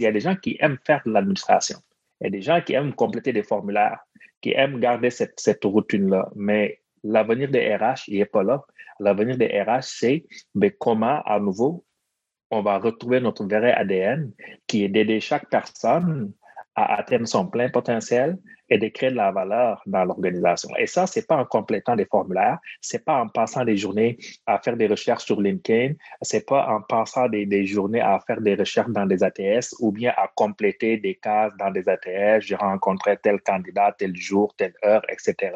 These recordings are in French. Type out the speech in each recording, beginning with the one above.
Il y a des gens qui aiment faire de l'administration. Il y a des gens qui aiment compléter des formulaires, qui aiment garder cette routine-là. Mais l'avenir des RH, il n'est pas là. L'avenir des RH, c'est comment, à nouveau, on va retrouver notre vrai ADN qui est d'aider chaque personne à atteindre son plein potentiel et de créer de la valeur dans l'organisation. Et ça, c'est pas en complétant des formulaires, c'est pas en passant des journées à faire des recherches sur LinkedIn, c'est pas en passant des journées à faire des recherches dans des ATS ou bien à compléter des cases dans des ATS. J'ai rencontré tel candidat, tel jour, telle heure, etc.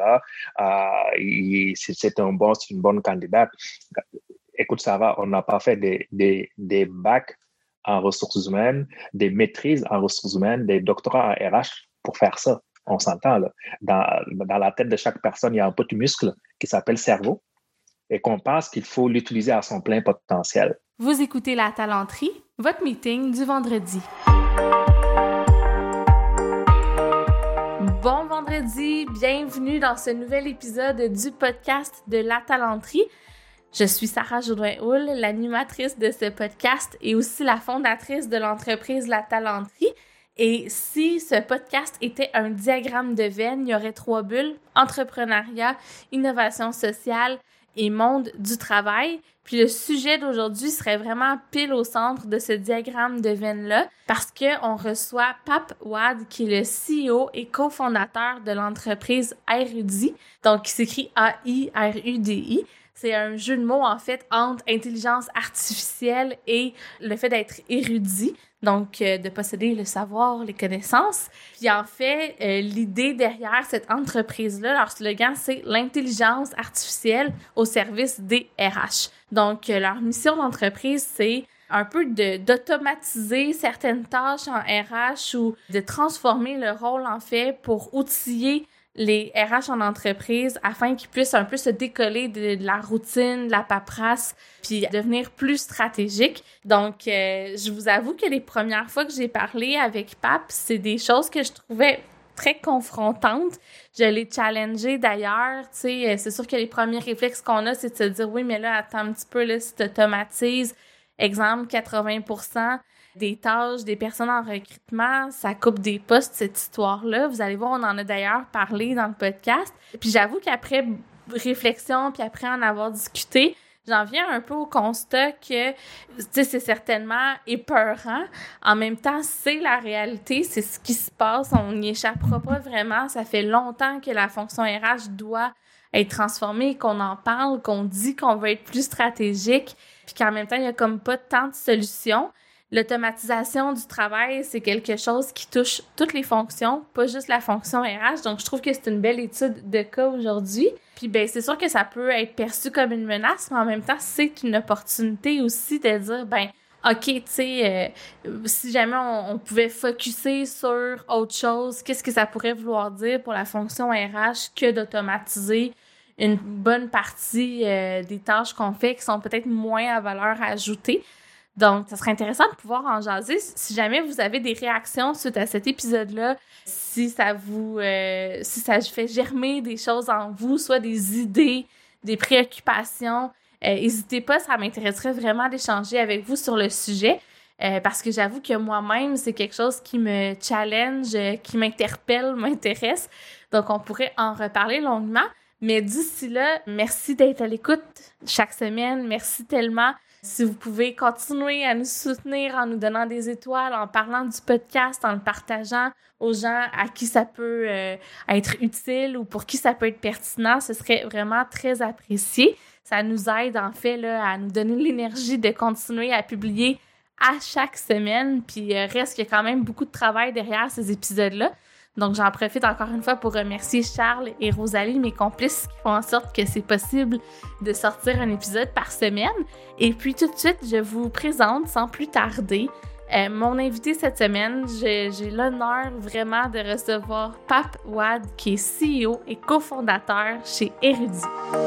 C'est une bonne candidate. Écoute, ça va, on n'a pas fait des bacs en ressources humaines, des maîtrises en ressources humaines, des doctorats en RH pour faire ça. On s'entend, là. Dans la tête de chaque personne, il y a un petit muscle qui s'appelle cerveau et qu'on pense qu'il faut l'utiliser à son plein potentiel. Vous écoutez La Talenterie, votre meeting du vendredi. Bon vendredi, bienvenue dans ce nouvel épisode du podcast de La Talenterie. Je suis Sarah Jodoin-Houle, l'animatrice de ce podcast et aussi la fondatrice de l'entreprise La Talenterie. Et si ce podcast était un diagramme de Venn, il y aurait 3 bulles: entrepreneuriat, innovation sociale et monde du travail. Puis le sujet d'aujourd'hui serait vraiment pile au centre de ce diagramme de Venn-là parce qu'on reçoit Pap Wad, qui est le CEO et cofondateur de l'entreprise Airudi, donc qui s'écrit A-I-R-U-D-I. C'est un jeu de mots, en fait, entre intelligence artificielle et le fait d'être érudit, donc de posséder le savoir, les connaissances. Puis en fait, l'idée derrière cette entreprise-là, leur slogan, c'est l'intelligence artificielle au service des RH. Donc, leur mission d'entreprise, c'est un peu d'automatiser certaines tâches en RH ou de transformer le rôle, en fait, pour outiller les RH en entreprise afin qu'ils puissent un peu se décoller de la routine, de la paperasse, puis devenir plus stratégiques. Donc, je vous avoue que les premières fois que j'ai parlé avec Pap, c'est des choses que je trouvais très confrontantes. Je l'ai challengé d'ailleurs, tu sais, c'est sûr que les premiers réflexes qu'on a, c'est de se dire « Oui, mais là, attends un petit peu, là, si tu automatises, exemple, 80% des tâches des personnes en recrutement, ça coupe des postes, cette histoire-là. » Vous allez voir, on en a d'ailleurs parlé dans le podcast. Puis j'avoue qu'après réflexion, puis après en avoir discuté, j'en viens un peu au constat que, tu sais, c'est certainement épeurant. En même temps, c'est la réalité, c'est ce qui se passe, on n'y échappera pas vraiment. Ça fait longtemps que la fonction RH doit être transformée, qu'on en parle, qu'on dit qu'on veut être plus stratégique, puis qu'en même temps, il y a comme pas tant de solutions. L'automatisation du travail, c'est quelque chose qui touche toutes les fonctions, pas juste la fonction RH. Donc, je trouve que c'est une belle étude de cas aujourd'hui. Puis, ben, c'est sûr que ça peut être perçu comme une menace, mais en même temps, c'est une opportunité aussi de dire, ben, OK, tu sais, si jamais on pouvait focusser sur autre chose, qu'est-ce que ça pourrait vouloir dire pour la fonction RH que d'automatiser une bonne partie des tâches qu'on fait qui sont peut-être moins à valeur ajoutée. Donc, ça serait intéressant de pouvoir en jaser. Si jamais vous avez des réactions suite à cet épisode-là, si ça fait germer des choses en vous, soit des idées, des préoccupations, n'hésitez pas, ça m'intéresserait vraiment d'échanger avec vous sur le sujet. Parce que j'avoue que moi-même, c'est quelque chose qui me challenge, qui m'intéresse. Donc, on pourrait en reparler longuement. Mais d'ici là, merci d'être à l'écoute chaque semaine. Merci tellement. Si vous pouvez continuer à nous soutenir en nous donnant des étoiles, en parlant du podcast, en le partageant aux gens à qui ça peut être utile ou pour qui ça peut être pertinent, ce serait vraiment très apprécié. Ça nous aide en fait là, à nous donner l'énergie de continuer à publier à chaque semaine. Puis reste qu'il y a quand même beaucoup de travail derrière ces épisodes-là. Donc, j'en profite encore une fois pour remercier Charles et Rosalie, mes complices, qui font en sorte que c'est possible de sortir un épisode par semaine. Et puis, tout de suite, je vous présente, sans plus tarder, mon invité cette semaine. J'ai l'honneur vraiment de recevoir Pap Wad, qui est CEO et cofondateur chez Airudi.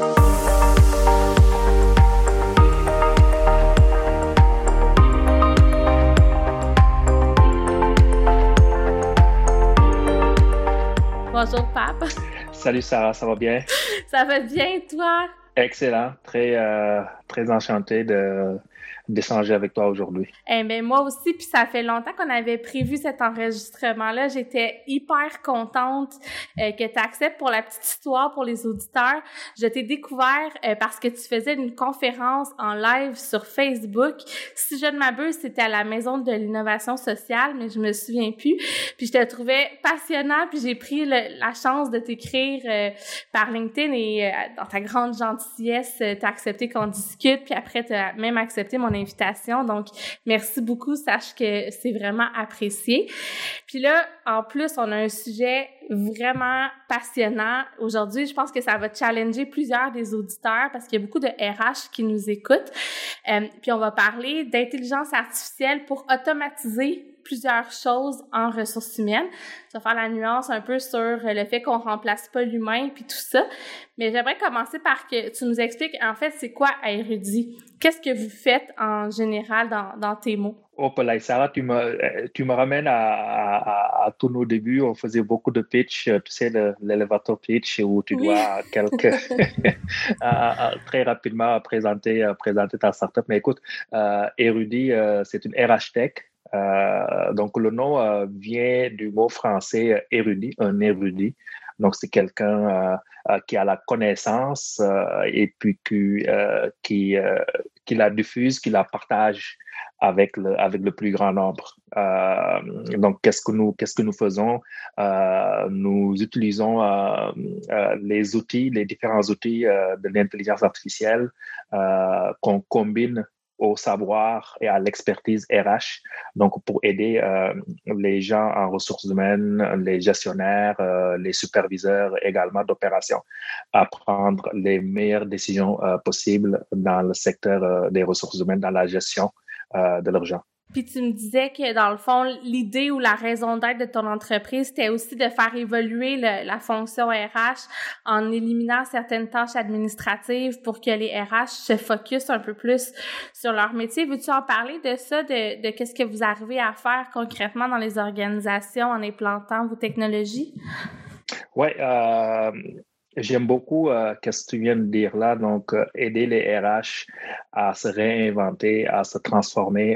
Bonjour, Pap. Salut Sarah, ça va bien? Ça va bien, toi? Excellent, très enchanté d'échanger avec toi aujourd'hui. Eh bien, moi aussi, puis ça fait longtemps qu'on avait prévu cet enregistrement-là. J'étais hyper contente que tu acceptes. Pour la petite histoire, pour les auditeurs, je t'ai découvert parce que tu faisais une conférence en live sur Facebook. Si je ne m'abuse, c'était à la Maison de l'innovation sociale, mais je me souviens plus. Puis je te trouvais passionnant, puis j'ai pris la chance de t'écrire par LinkedIn et dans ta grande gentillesse, t'as accepté qu'on discute, puis après, t'as même accepté mon invitation. Donc, merci beaucoup. Sache que c'est vraiment apprécié. Puis là, en plus, on a un sujet vraiment passionnant. Aujourd'hui, je pense que ça va challenger plusieurs des auditeurs parce qu'il y a beaucoup de RH qui nous écoutent. Puis on va parler d'intelligence artificielle pour automatiser plusieurs choses en ressources humaines. Tu vas faire la nuance un peu sur le fait qu'on remplace pas l'humain puis tout ça. Mais j'aimerais commencer par que tu nous expliques, en fait, c'est quoi Aerudit? Qu'est-ce que vous faites en général dans tes mots? Oh, là, Sarah, tu me ramènes à tous nos débuts. On faisait beaucoup de pitch, tu sais, l'élévateur pitch où tu dois très rapidement présenter ta startup. Mais écoute, Érudit, c'est une RH Tech. Donc, le nom vient du mot français érudit, un érudit. Donc, c'est quelqu'un qui a la connaissance et puis qui la diffuse, qui la partage avec le plus grand nombre. Donc, qu'est-ce que nous faisons? Nous utilisons les différents outils de l'intelligence artificielle qu'on combine au savoir et à l'expertise RH, donc pour aider les gens en ressources humaines, les gestionnaires, les superviseurs également d'opérations à prendre les meilleures décisions possibles dans le secteur des ressources humaines, dans la gestion de leurs gens. Puis tu me disais que, dans le fond, l'idée ou la raison d'être de ton entreprise, c'était aussi de faire évoluer la fonction RH en éliminant certaines tâches administratives pour que les RH se focusent un peu plus sur leur métier. Veux-tu en parler de ça, de qu'est-ce que vous arrivez à faire concrètement dans les organisations en implantant vos technologies? Oui, j'aime beaucoup ce que tu viens de dire là. Donc, aider les RH à se réinventer, à se transformer.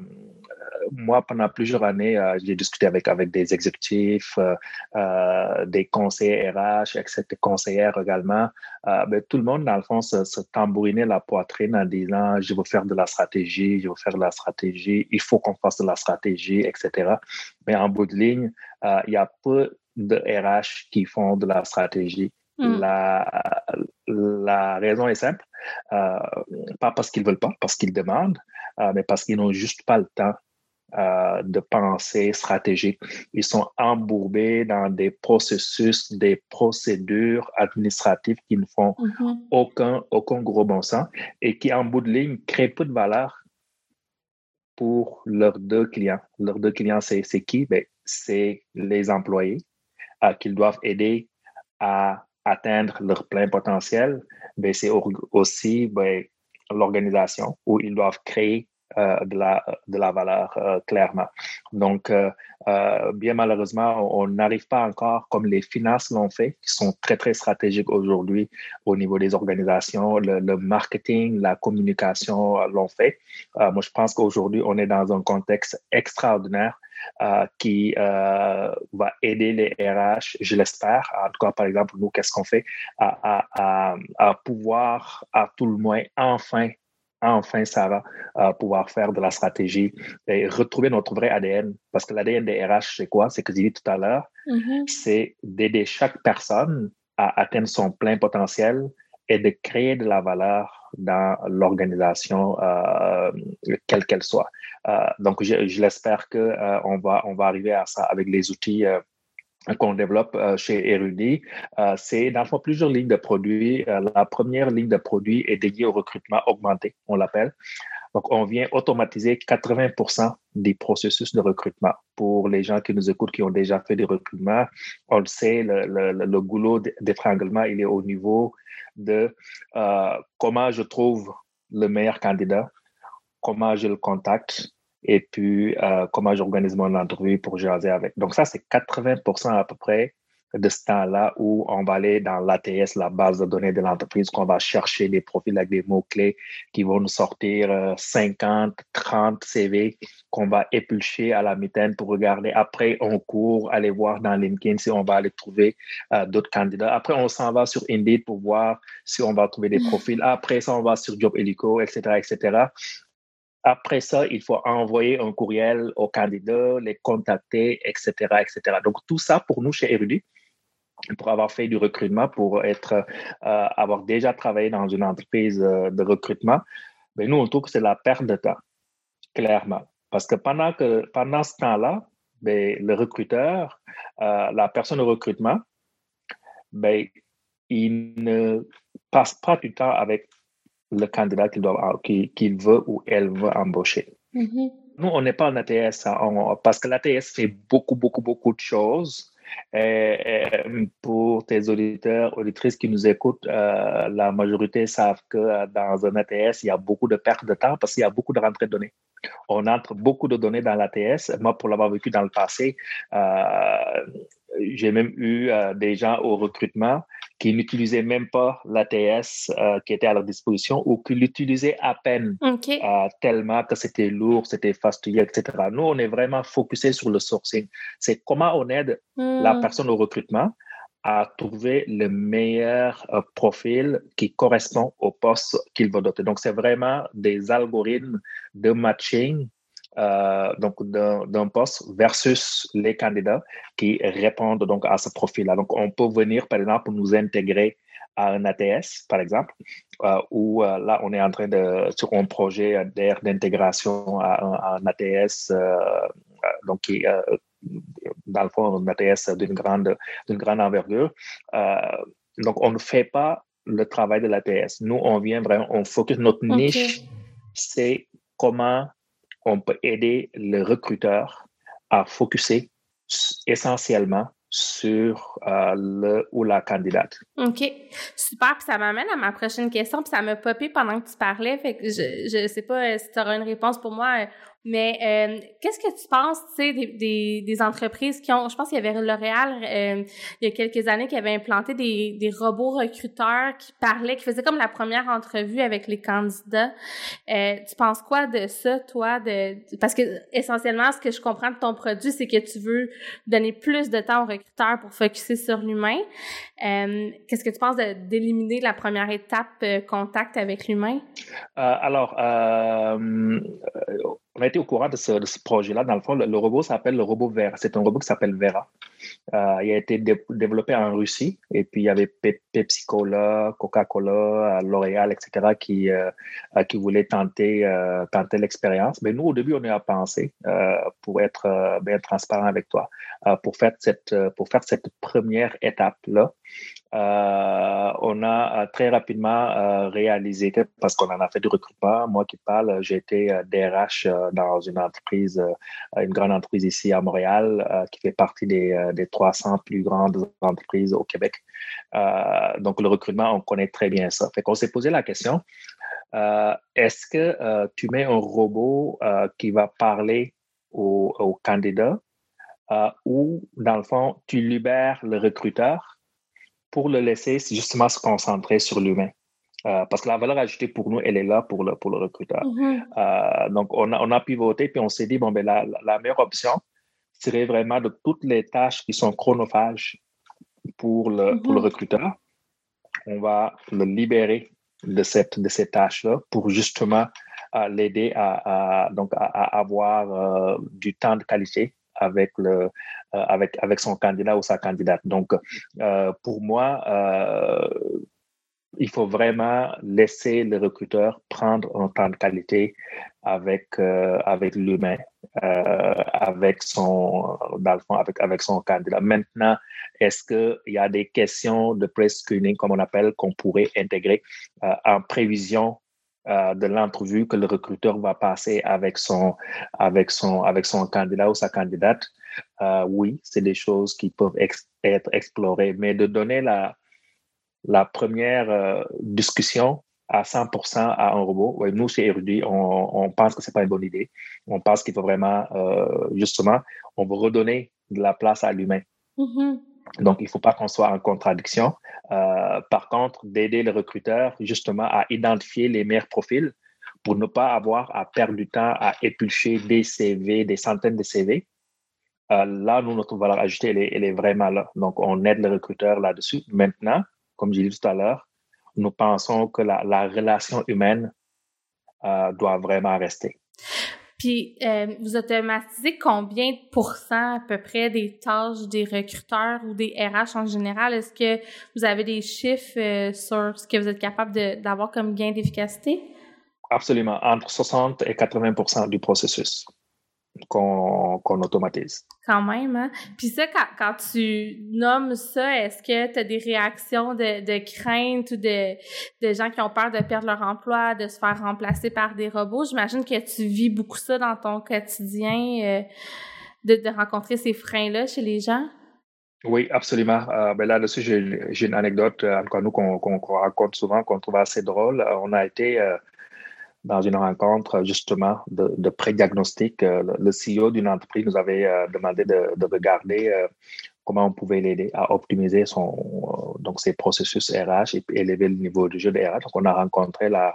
Moi, pendant plusieurs années, j'ai discuté avec des exécutifs, des conseillers RH, des conseillères également. Tout le monde, dans le fond, se tambourinait la poitrine en disant « je veux faire de la stratégie, je veux faire de la stratégie, il faut qu'on fasse de la stratégie, etc. » Mais en bout de ligne, il y a peu de RH qui font de la stratégie. La raison est simple, pas parce qu'ils veulent pas, parce qu'ils demandent, mais parce qu'ils n'ont juste pas le temps de pensée stratégique. Ils sont embourbés dans des processus, des procédures administratives qui ne font aucun gros bon sens et qui, en bout de ligne, créent peu de valeur pour leurs deux clients. Leurs deux clients, c'est qui? C'est les employés qu'ils doivent aider à atteindre leur plein potentiel. C'est aussi l'organisation où ils doivent créer de la valeur clairement. Donc, bien malheureusement, on n'arrive pas encore, comme les finances l'ont fait, qui sont très, très stratégiques aujourd'hui au niveau des organisations, le marketing, la communication l'ont fait. Moi, je pense qu'aujourd'hui, on est dans un contexte extraordinaire qui va aider les RH, je l'espère. En tout cas, par exemple, nous, qu'est-ce qu'on fait? À pouvoir, à tout le moins, enfin, Sarah, pouvoir faire de la stratégie et retrouver notre vrai ADN. Parce que l'ADN des RH, c'est quoi? C'est que j'ai dit tout à l'heure, c'est d'aider chaque personne à atteindre son plein potentiel et de créer de la valeur dans l'organisation, quelle qu'elle soit. Donc, je l'espère qu'on va arriver à ça avec les outils qu'on développe chez Érudit. C'est dans le fond plusieurs lignes de produits. La première ligne de produits est dédiée au recrutement augmenté, on l'appelle. Donc, on vient automatiser 80% des processus de recrutement. Pour les gens qui nous écoutent, qui ont déjà fait des recrutements, on le sait, le goulot d'étranglement, il est au niveau de comment je trouve le meilleur candidat, comment je le contacte, et puis comment j'organise mon entrevue pour jaser avec. Donc ça, c'est 80% à peu près de ce temps-là où on va aller dans l'ATS, la base de données de l'entreprise, qu'on va chercher des profils avec des mots-clés qui vont nous sortir 50, 30 CV qu'on va éplucher à la mitaine pour regarder. Après, on court, aller voir dans LinkedIn si on va aller trouver d'autres candidats. Après, on s'en va sur Indeed pour voir si on va trouver des profils. Après ça, on va sur Job Illico, etc., etc. Après ça, il faut envoyer un courriel aux candidats, les contacter, etc., etc. Donc, tout ça, pour nous, chez Erudit, pour avoir fait du recrutement, pour avoir déjà travaillé dans une entreprise de recrutement, ben, nous, on trouve que c'est la perte de temps, clairement. Parce que pendant ce temps-là, ben, le recruteur, la personne au recrutement, ben, il ne passe pas du temps avec le candidat qu'il veut ou elle veut embaucher. Mm-hmm. Nous, on n'est pas en ATS, parce que l'ATS fait beaucoup, beaucoup, beaucoup de choses. Pour tes auditeurs, auditrices qui nous écoutent, la majorité savent que dans un ATS, il y a beaucoup de pertes de temps parce qu'il y a beaucoup de rentrées de données. On entre beaucoup de données dans l'ATS. Moi, pour l'avoir vécu dans le passé, j'ai même eu des gens au recrutement qui n'utilisaient même pas l'ATS qui était à leur disposition ou qui l'utilisaient à peine, tellement que c'était lourd, c'était fastidieux, etc. Nous, on est vraiment focusé sur le sourcing. C'est comment on aide la personne au recrutement à trouver le meilleur profil qui correspond au poste qu'il va doter. Donc, c'est vraiment des algorithmes de matching donc d'un poste versus les candidats qui répondent donc à ce profil-là. Donc, on peut venir, par exemple, nous intégrer à un ATS, par exemple, où là, on est en train sur un projet d'intégration à un ATS, donc qui dans le fond, un ATS d'une grande envergure. Donc, on ne fait pas le travail de l'ATS. Nous, on vient vraiment, on focus, notre niche, c'est comment on peut aider le recruteur à focuser essentiellement sur le ou la candidate. OK. Super. Puis ça m'amène à ma prochaine question. Puis ça m'a popé pendant que tu parlais. Fait que je sais pas si tu auras une réponse pour moi. Mais qu'est-ce que tu penses, tu sais, des entreprises qui ont... Je pense qu'il y avait L'Oréal, il y a quelques années, qui avait implanté des robots recruteurs qui parlaient, qui faisaient comme la première entrevue avec les candidats. Tu penses quoi de ça, toi? Parce que, essentiellement, ce que je comprends de ton produit, c'est que tu veux donner plus de temps aux recruteurs pour focusser sur l'humain. Qu'est-ce que tu penses d'éliminer la première étape, contact avec l'humain? On a été au courant de ce projet-là. Dans le fond, le robot s'appelle le robot Vera. C'est un robot qui s'appelle Vera. Il a été développé en Russie. Et puis, il y avait PepsiCo, Coca-Cola, L'Oréal, etc. qui voulaient tenter l'expérience. Mais nous, au début, on y a pensé, pour être bien transparent avec toi, pour faire cette première étape-là. On a très rapidement réalisé que, parce qu'on en a fait du recrutement, moi qui parle, j'ai été DRH dans une entreprise, une grande entreprise ici à Montréal, qui fait partie des 300 plus grandes entreprises au Québec. Donc, le recrutement, on connaît très bien ça. Fait qu'on s'est posé la question, est-ce que tu mets un robot qui va parler aux candidats ou, dans le fond, tu libères le recruteur pour le laisser justement se concentrer sur l'humain. Parce que la valeur ajoutée pour nous, elle est là pour le recruteur. Mm-hmm. Donc, on a pivoté, puis on s'est dit, bon, ben la meilleure option serait vraiment de toutes les tâches qui sont chronophages pour le recruteur, on va le libérer de ces tâches-là pour justement l'aider à avoir du temps de qualité avec son candidat ou sa candidate. Donc, pour moi, il faut vraiment laisser le recruteur prendre un temps de qualité avec l'humain, avec son candidat. Maintenant, est-ce qu'il y a des questions de pre-screening, comme on appelle, qu'on pourrait intégrer en prévision de l'entrevue que le recruteur va passer avec son candidat ou sa candidate? Oui, c'est des choses qui peuvent être explorées, mais de donner la première discussion à 100% à un robot, ouais, nous, chez Erudit, on pense que c'est pas une bonne idée. On pense qu'il faut vraiment, justement, on va redonner de la place à l'humain. Mm-hmm. Donc, il ne faut pas qu'on soit en contradiction. Par contre, d'aider le recruteur justement à identifier les meilleurs profils pour ne pas avoir à perdre du temps à éplucher des CV, des centaines de CV. Là, nous, notre valeur ajoutée, elle est vraiment là. Donc, on aide le recruteur là-dessus. Maintenant, comme j'ai dit tout à l'heure, nous pensons que la relation humaine doit vraiment rester. Puis, vous automatisez combien de pourcents à peu près des tâches des recruteurs ou des RH en général? Est-ce que vous avez des chiffres sur ce que vous êtes capable d'avoir comme gain d'efficacité? Absolument. Entre 60 et 80% du processus qu'on automatise. Quand même, hein? Puis ça, quand tu nommes ça, est-ce que tu as des réactions de crainte ou de gens qui ont peur de perdre leur emploi, de se faire remplacer par des robots? J'imagine que tu vis beaucoup ça dans ton quotidien, de rencontrer ces freins-là chez les gens. Oui, absolument. Là-dessus, j'ai une anecdote, encore nous, qu'on raconte souvent, qu'on trouve assez drôle. On a été dans une rencontre justement de pré-diagnostic. Le CEO d'une entreprise nous avait demandé de regarder comment on pouvait l'aider à optimiser donc ses processus RH et puis élever le niveau du jeu de RH. Donc, on a rencontré la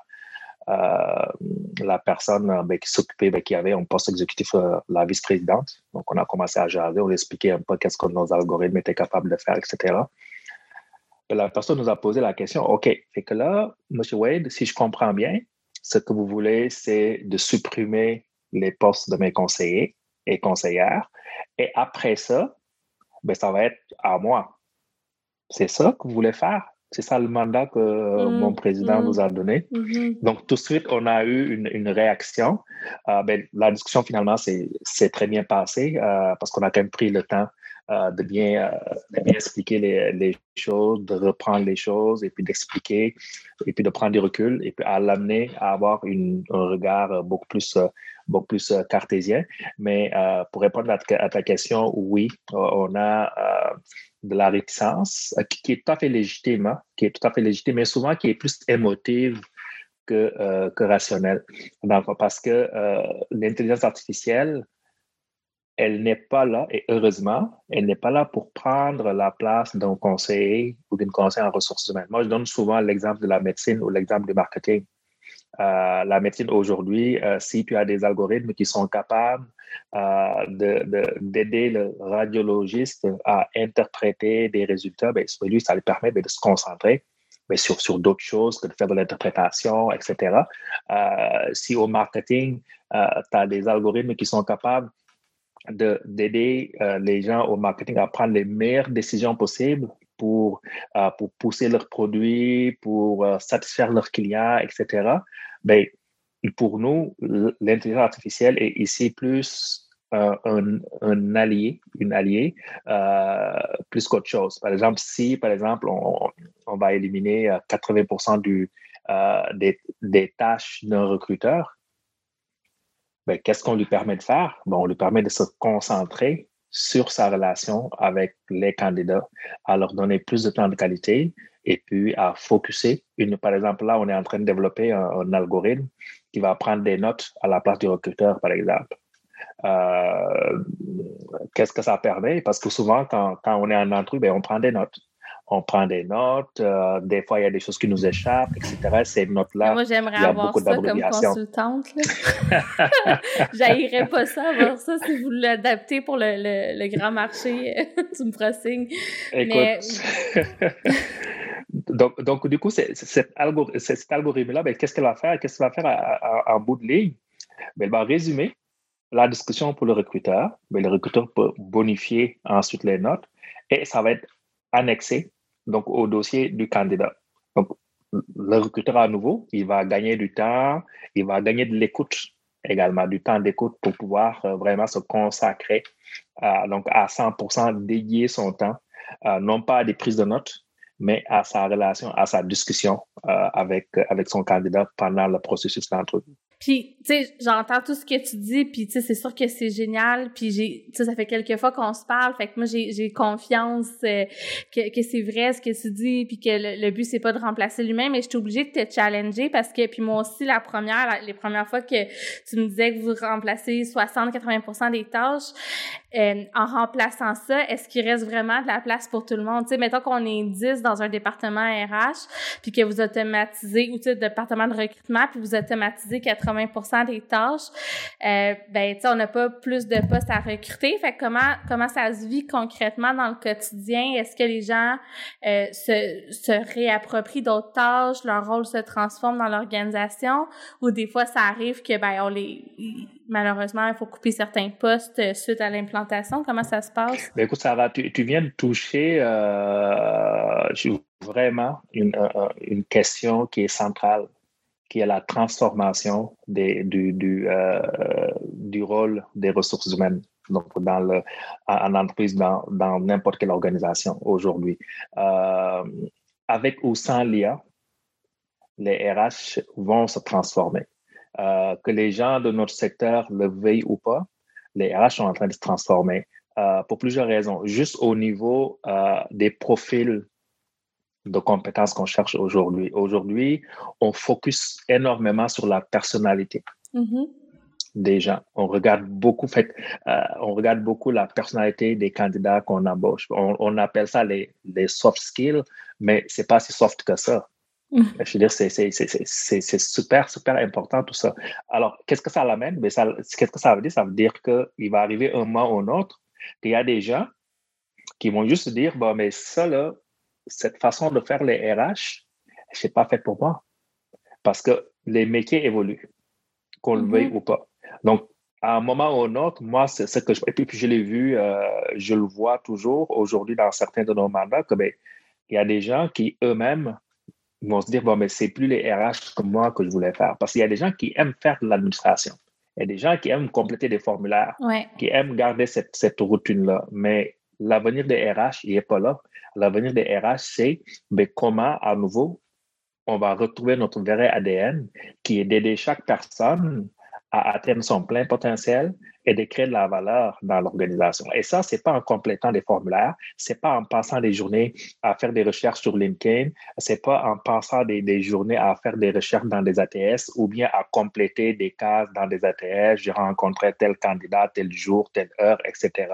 personne qui s'occupait, qui avait un poste exécutif, la vice-présidente. Donc, on a commencé à jaser, on expliquait un peu qu'est-ce que nos algorithmes étaient capables de faire, etc. Et la personne nous a posé la question, OK, fait que là, M. Wade, si je comprends bien, ce que vous voulez, c'est de supprimer les postes de mes conseillers et conseillères. Et après ça, ça va être à moi. C'est ça que vous voulez faire? C'est ça le mandat que mon président nous a donné. Donc, tout de suite, on a eu une réaction. La discussion, finalement, c'est très bien passée parce qu'on a quand même pris le temps de bien expliquer les choses, de reprendre les choses et puis d'expliquer et puis de prendre du recul et puis à l'amener à avoir un regard beaucoup plus cartésien. Mais pour répondre à ta question, oui, on a de la réticence qui est tout à fait légitime, mais souvent qui est plus émotive que rationnelle. Donc, parce que l'intelligence artificielle, elle n'est pas là, et heureusement, elle n'est pas là pour prendre la place d'un conseiller ou d'une conseillère en ressources humaines. Moi, je donne souvent l'exemple de la médecine ou l'exemple du marketing. La médecine aujourd'hui, si tu as des algorithmes qui sont capables d'aider le radiologiste à interpréter des résultats, lui, ça lui permet de se concentrer sur d'autres choses que de faire de l'interprétation, etc. Si au marketing, tu as des algorithmes qui sont capables d'aider les gens au marketing à prendre les meilleures décisions possibles pour pousser leurs produits, pour satisfaire leurs clients, etc. Pour nous, l'intelligence artificielle est ici plus un allié, une alliée, plus qu'autre chose. Par exemple, si, on va éliminer 80% des tâches d'un recruteur, qu'est-ce qu'on lui permet de faire? On lui permet de se concentrer sur sa relation avec les candidats, à leur donner plus de temps de qualité et puis à focuser. Par exemple, là, on est en train de développer un algorithme qui va prendre des notes à la place du recruteur, par exemple. Qu'est-ce que ça permet? Parce que souvent, quand on est en entrevue, on prend des notes. On prend des notes, des fois, il y a des choses qui nous échappent, etc. Ces notes-là, moi, j'aimerais avoir ça comme consultante. J'haïrais pas ça, avoir ça, si vous l'adaptez pour le grand marché. Tu me feras signe. Écoute, donc, du coup, cet algorithme-là, qu'est-ce qu'elle va faire? Qu'est-ce qu'il va faire en bout de ligne? Elle va résumer la discussion pour le recruteur. Le recruteur peut bonifier ensuite les notes et ça va être annexé donc au dossier du candidat. Donc, le recruteur, à nouveau, il va gagner du temps, il va gagner de l'écoute également, du temps d'écoute pour pouvoir vraiment se consacrer donc à 100%, dédier son temps, non pas à des prises de notes, mais à sa relation, à sa discussion avec son candidat pendant le processus d'entrevue. Puis, tu sais, j'entends tout ce que tu dis, puis tu sais, c'est sûr que c'est génial, puis tu sais, ça fait quelques fois qu'on se parle, fait que moi, j'ai confiance que c'est vrai ce que tu dis, puis que le but, c'est pas de remplacer l'humain, mais je suis obligée de te challenger parce que, puis moi aussi, les premières fois que tu me disais que vous remplacez 60-80% des tâches, en remplaçant ça, est-ce qu'il reste vraiment de la place pour tout le monde? Tu sais, mettons qu'on est 10 dans un département RH, puis que vous automatisez, ou tu sais, département de recrutement, puis vous automatisez 80% des tâches, ben, tu sais, on n'a pas plus de postes à recruter. Fait que comment ça se vit concrètement dans le quotidien? Est-ce que les gens se réapproprient d'autres tâches, leur rôle se transforme dans l'organisation, ou des fois, ça arrive que, ben, malheureusement, il faut couper certains postes suite à l'implantation. Comment ça se passe? Ben écoute, Sarah, tu viens de toucher vraiment une question qui est centrale, qui est la transformation du rôle des ressources humaines, donc en entreprise, dans n'importe quelle organisation aujourd'hui. Avec ou sans l'IA, les RH vont se transformer. Que les gens de notre secteur le veuillent ou pas, les RH sont en train de se transformer pour plusieurs raisons. Juste au niveau des profils de compétences qu'on cherche aujourd'hui. Aujourd'hui, on focus énormément sur la personnalité des gens. On regarde beaucoup la personnalité des candidats qu'on embauche. On appelle ça les soft skills, mais c'est pas si soft que ça. Je veux dire, c'est super, super important tout ça. Alors, qu'est-ce que ça l'amène? Qu'est-ce que ça veut dire? Ça veut dire qu'il va arriver un moment ou un autre qu'il y a des gens qui vont juste se dire, bon, mais ça, là, cette façon de faire les RH, c'est pas fait pour moi. Parce que les métiers évoluent, qu'on le veuille ou pas. Donc, à un moment ou un autre, moi, c'est ce que et puis je l'ai vu, je le vois toujours aujourd'hui dans certains de nos mandats, que, ben, il y a des gens qui eux-mêmes vont se dire, bon, mais c'est plus les RH comme moi que je voulais faire. Parce qu'il y a des gens qui aiment faire de l'administration. Il y a des gens qui aiment compléter des formulaires, qui aiment garder cette routine-là. Mais l'avenir des RH, il n'est pas là. L'avenir des RH, c'est comment, à nouveau, on va retrouver notre vrai ADN, qui est d'aider chaque personne à atteindre son plein potentiel et de créer de la valeur dans l'organisation. Et ça, c'est pas en complétant des formulaires, c'est pas en passant des journées à faire des recherches sur LinkedIn, c'est pas en passant des journées à faire des recherches dans des ATS ou bien à compléter des cases dans des ATS. J'ai rencontré tel candidat, tel jour, telle heure, etc.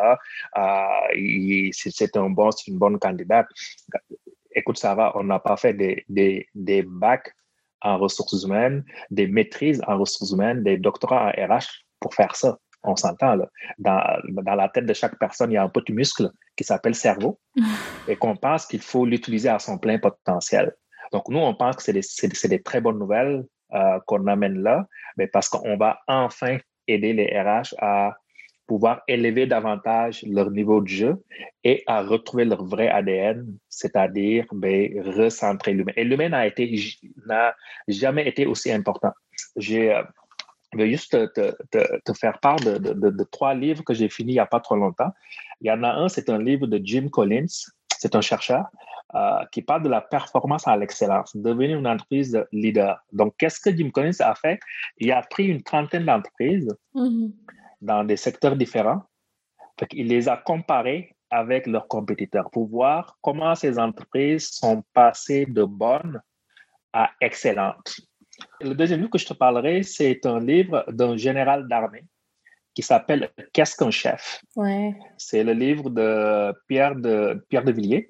C'est une bonne candidate. Écoute, Sarah, on n'a pas fait des bacs en ressources humaines, des maîtrises en ressources humaines, des doctorats en RH pour faire ça. On s'entend, là. Dans la tête de chaque personne, il y a un petit muscle qui s'appelle cerveau et qu'on pense qu'il faut l'utiliser à son plein potentiel. Donc, nous, on pense que c'est des très bonnes nouvelles qu'on amène là, mais parce qu'on va enfin aider les RH à pouvoir élever davantage leur niveau de jeu et à retrouver leur vrai ADN, c'est-à-dire recentrer l'humain. Et l'humain n'a jamais été aussi important. Je vais juste te faire part de 3 livres que j'ai finis il n'y a pas trop longtemps. Il y en a un, c'est un livre de Jim Collins, c'est un chercheur qui parle de la performance à l'excellence, devenir une entreprise leader. Donc, qu'est-ce que Jim Collins a fait? Il a pris une trentaine d'entreprises dans des secteurs différents. Il les a comparés avec leurs compétiteurs pour voir comment ces entreprises sont passées de bonnes à excellentes. Le deuxième livre que je te parlerai, c'est un livre d'un général d'armée qui s'appelle « Qu'est-ce qu'un chef ?» C'est le livre de Pierre de Villiers.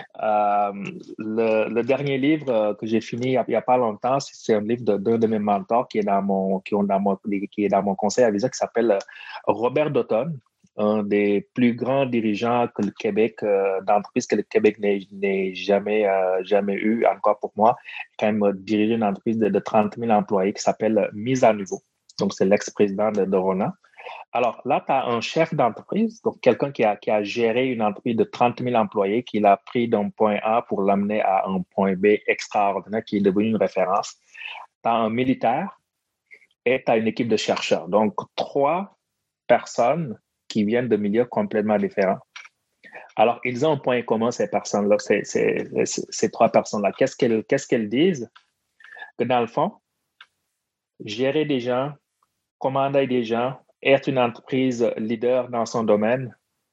Le dernier livre que j'ai fini il n'y a pas longtemps, c'est un livre d'un de mes mentors qui est dans mon conseil à Visa, qui s'appelle Robert Dotton, un des plus grands dirigeants que le Québec, d'entreprise que le Québec n'ait jamais eu, encore pour moi, quand même dirigé une entreprise de 30 000 employés qui s'appelle Mise à Niveau. Donc, c'est l'ex-président de Rona. Alors là, tu as un chef d'entreprise, donc quelqu'un qui a géré une entreprise de 30 000 employés, qui l'a pris d'un point A pour l'amener à un point B extraordinaire, qui est devenu une référence. Tu as un militaire et tu as une équipe de chercheurs. Donc, 3 personnes qui viennent de milieux complètement différents. Alors, ils ont un point commun, ces personnes-là, ces 3 personnes-là. Qu'est-ce qu'elles disent? Que dans le fond, gérer des gens, commander des gens, être une entreprise leader dans son domaine,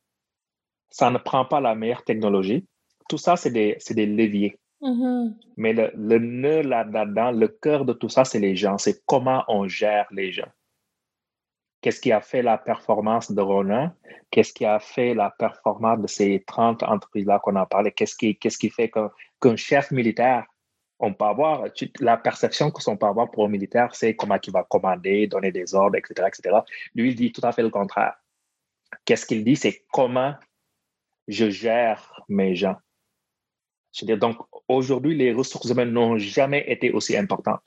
ça ne prend pas la meilleure technologie. Tout ça, c'est des leviers. Mhm. Mais le nœud là-dedans, le cœur de tout ça, c'est les gens. C'est comment on gère les gens. Qu'est-ce qui a fait la performance de Ronan? Qu'est-ce qui a fait la performance de ces 30 entreprises-là qu'on a parlé? Qu'est-ce qui fait qu'un chef militaire, on peut avoir, la perception qu'on peut avoir pour un militaire, c'est comment il va commander, donner des ordres, etc., etc. Lui, il dit tout à fait le contraire. Qu'est-ce qu'il dit? C'est comment je gère mes gens. C'est-à-dire, donc, aujourd'hui, les ressources humaines n'ont jamais été aussi importantes.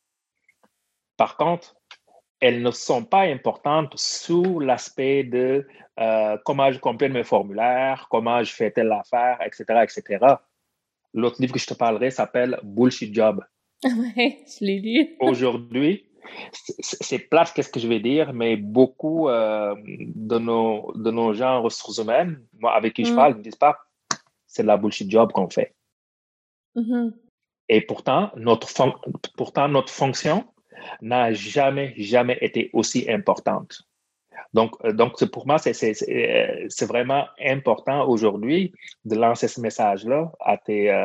Par contre, elles ne sont pas importantes sous l'aspect de comment je complète mes formulaires, comment je fais telle affaire, etc., etc. L'autre livre que je te parlerai s'appelle Bullshit Job. Oui, je l'ai lu. Aujourd'hui, c'est plate, qu'est-ce que je vais dire, mais beaucoup de nos gens en ressources humaines, moi, avec qui je parle, ne disent pas c'est de la bullshit job qu'on fait. Mm-hmm. Et pourtant, notre fonction n'a jamais été aussi importante. Donc pour moi, c'est vraiment important aujourd'hui de lancer ce message-là à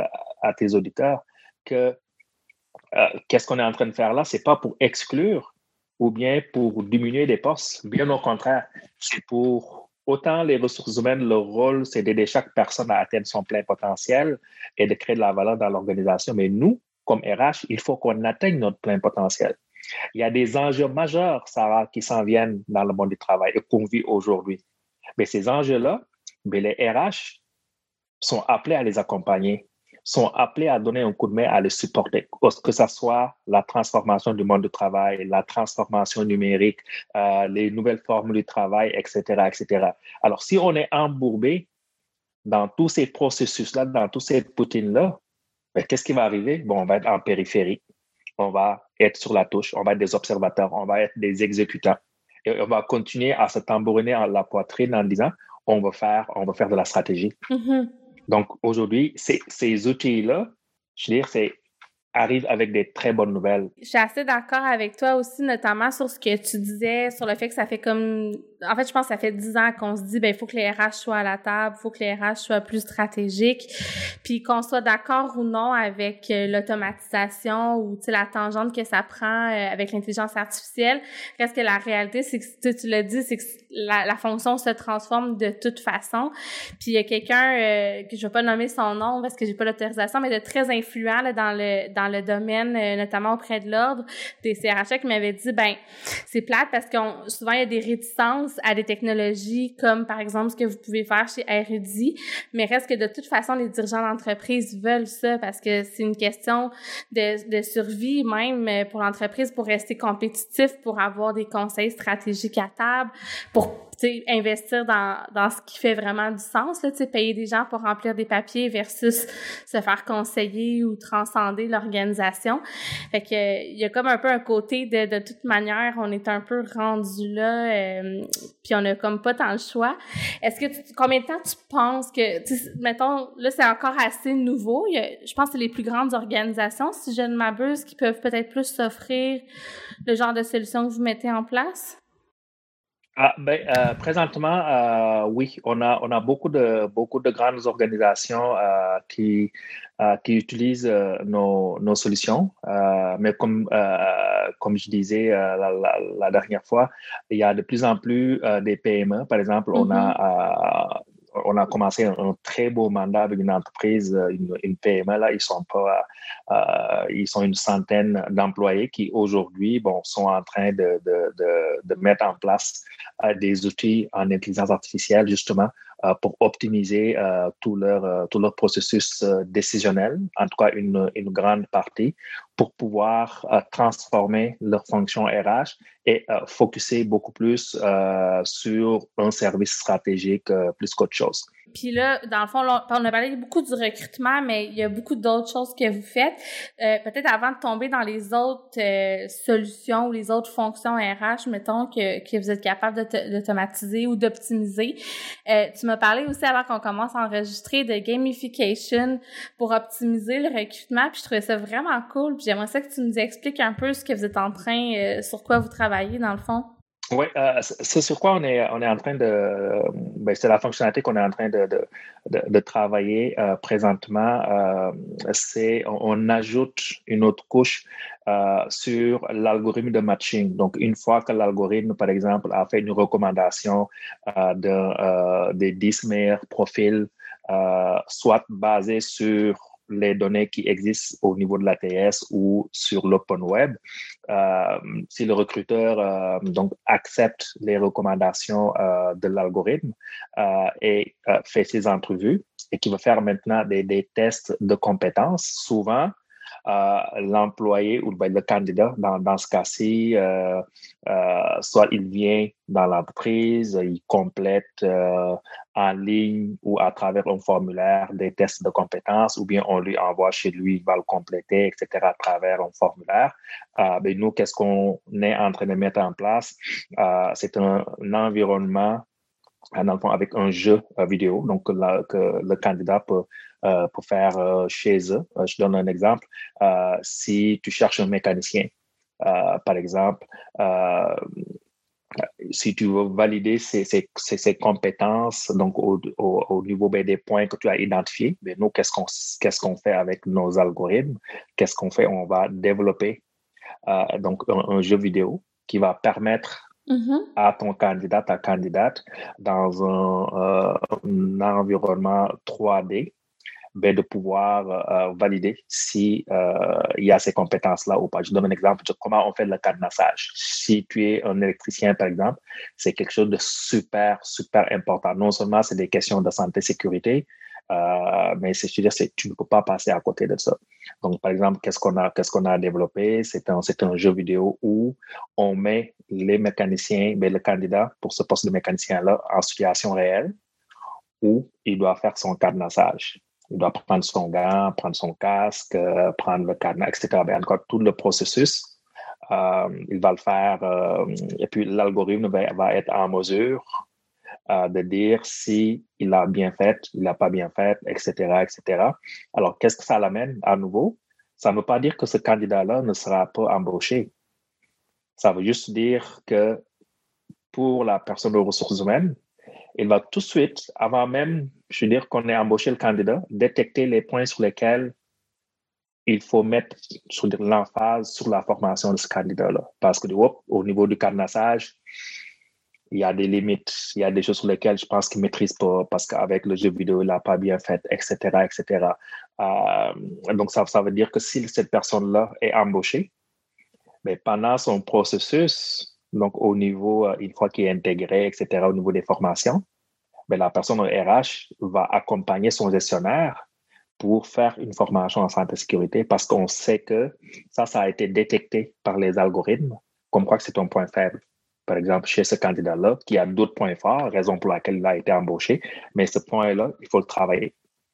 tes auditeurs que qu'est-ce qu'on est en train de faire là, c'est pas pour exclure ou bien pour diminuer des postes. Bien au contraire, c'est pour autant les ressources humaines, leur rôle, c'est d'aider chaque personne à atteindre son plein potentiel et de créer de la valeur dans l'organisation. Mais nous, comme RH, il faut qu'on atteigne notre plein potentiel. Il y a des enjeux majeurs, Sarah, qui s'en viennent dans le monde du travail et qu'on vit aujourd'hui. Mais ces enjeux-là, les RH sont appelés à les accompagner, sont appelés à donner un coup de main, à les supporter, que ce soit la transformation du monde du travail, la transformation numérique, les nouvelles formes du travail, etc., etc. Alors, si on est embourbé dans tous ces processus-là, dans toutes ces poutines-là, qu'est-ce qui va arriver? Bon, on va être en périphérie, on va être sur la touche, on va être des observateurs, on va être des exécutants. Et on va continuer à se tambouriner à la poitrine en disant, on va faire de la stratégie. Mm-hmm. Donc, aujourd'hui, ces outils-là, je veux dire, arrivent avec des très bonnes nouvelles. Je suis assez d'accord avec toi aussi, notamment sur ce que tu disais, sur le fait que ça fait comme... En fait, je pense que ça fait 10 ans qu'on se dit, il faut que les RH soient à la table, il faut que les RH soient plus stratégiques, puis qu'on soit d'accord ou non avec l'automatisation ou, tu sais, la tangente que ça prend avec l'intelligence artificielle. Reste que la réalité, c'est que, tu l'as dit, c'est que la fonction se transforme de toute façon. Puis il y a quelqu'un, que je vais pas nommer son nom parce que j'ai pas l'autorisation, mais de très influent là, dans le domaine, notamment auprès de l'ordre des CRH qui m'avait dit, c'est plate parce qu'on souvent il y a des réticences à des technologies comme par exemple ce que vous pouvez faire chez Erudit, mais reste que de toute façon les dirigeants d'entreprise veulent ça parce que c'est une question de survie même pour l'entreprise, pour rester compétitif, pour avoir des conseils stratégiques à table, pour investir dans ce qui fait vraiment du sens, là, payer des gens pour remplir des papiers versus se faire conseiller ou transcender l'organisation. Fait que il y a comme un peu un côté de toute manière, on est un peu rendu là, puis on a comme pas tant le choix. Est-ce que combien de temps tu penses que, mettons, là c'est encore assez nouveau, je pense que c'est les plus grandes organisations, si je ne m'abuse, qui peuvent peut-être plus s'offrir le genre de solution que vous mettez en place? Présentement, oui, on a beaucoup de grandes organisations qui utilisent nos solutions. Mais comme je disais la dernière fois, il y a de plus en plus des PME. Par exemple, Mm-hmm. On a commencé un très beau mandat avec une entreprise, une PME. Là, ils sont une centaine d'employés qui aujourd'hui, sont en train de mettre en place des outils en intelligence artificielle justement pour optimiser tout leur processus décisionnel, en tout cas une grande partie, pour pouvoir transformer leur fonction RH et focuser beaucoup plus sur un service stratégique plus qu'autre chose. Puis là, dans le fond, on a parlé beaucoup du recrutement, mais il y a beaucoup d'autres choses que vous faites. Peut-être avant de tomber dans les autres solutions ou les autres fonctions RH, mettons, que vous êtes capable d'automatiser ou d'optimiser. Tu m'as parlé aussi, avant qu'on commence à enregistrer, de gamification pour optimiser le recrutement. Puis je trouvais ça vraiment cool. Puis j'aimerais ça que tu nous expliques un peu ce que vous êtes en train, sur quoi vous travaillez, dans le fond. Oui, c'est sur quoi on est en train de. C'est la fonctionnalité qu'on est en train de travailler présentement. On ajoute une autre couche sur l'algorithme de matching. Donc, une fois que l'algorithme, par exemple, a fait une recommandation des 10 meilleurs profils, soit basés sur les données qui existent au niveau de l'ATS ou sur l'open web. Si le recruteur donc accepte les recommandations de l'algorithme et fait ses entrevues et qui va faire maintenant des tests de compétences, souvent l'employé ou le candidat, dans ce cas-ci, soit il vient dans l'entreprise, il complète en ligne ou à travers un formulaire des tests de compétences, ou bien on lui envoie chez lui, il va le compléter, etc., à travers un formulaire. Nous, qu'est-ce qu'on est en train de mettre en place? C'est un environnement dans le fond, avec un jeu vidéo, donc que le candidat peut faire chez eux. Je donne un exemple. Si tu cherches un mécanicien, par exemple, si tu veux valider ses compétences, donc au niveau des points que tu as identifiés, nous, qu'est-ce qu'on fait avec nos algorithmes? Qu'est-ce qu'on fait? On va développer donc un jeu vidéo qui va permettre à ton candidat, ta candidate, dans un environnement 3D, de pouvoir valider si il y a ces compétences-là ou pas. Je donne un exemple de comment on fait le cadenassage. Si tu es un électricien, par exemple, c'est quelque chose de super, super important. Non seulement c'est des questions de santé, sécurité, mais tu ne peux pas passer à côté de ça. Donc, par exemple, qu'est-ce qu'on a développé? C'est un jeu vidéo où on met les mécaniciens, le candidat pour ce poste de mécanicien-là en situation réelle où il doit faire son cadenassage. Il doit prendre son gant, prendre son casque, prendre le cadenas, etc. Encore tout le processus, il va le faire. Et puis, l'algorithme va être en mesure de dire si il a bien fait, il n'a pas bien fait, etc., etc. Alors, qu'est-ce que ça l'amène à nouveau? Ça ne veut pas dire que ce candidat-là ne sera pas embauché. Ça veut juste dire que pour la personne aux ressources humaines, il va tout de suite, avant même, je veux dire, qu'on ait embauché le candidat, détecter les points sur lesquels il faut mettre l'emphase sur la formation de ce candidat-là. Parce que au niveau du cadenassage, il y a des limites, il y a des choses sur lesquelles je pense qu'il ne maîtrise pas parce qu'avec le jeu vidéo, il n'a pas bien fait, etc., etc. Donc, ça veut dire que si cette personne-là est embauchée, mais pendant son processus, donc au niveau, une fois qu'il est intégré, etc., au niveau des formations, la personne au RH va accompagner son gestionnaire pour faire une formation en santé et sécurité parce qu'on sait que ça a été détecté par les algorithmes comme quoi que c'est un point faible. Par exemple, chez ce candidat-là, qui a d'autres points forts, raison pour laquelle il a été embauché, mais ce point-là, il faut le travailler.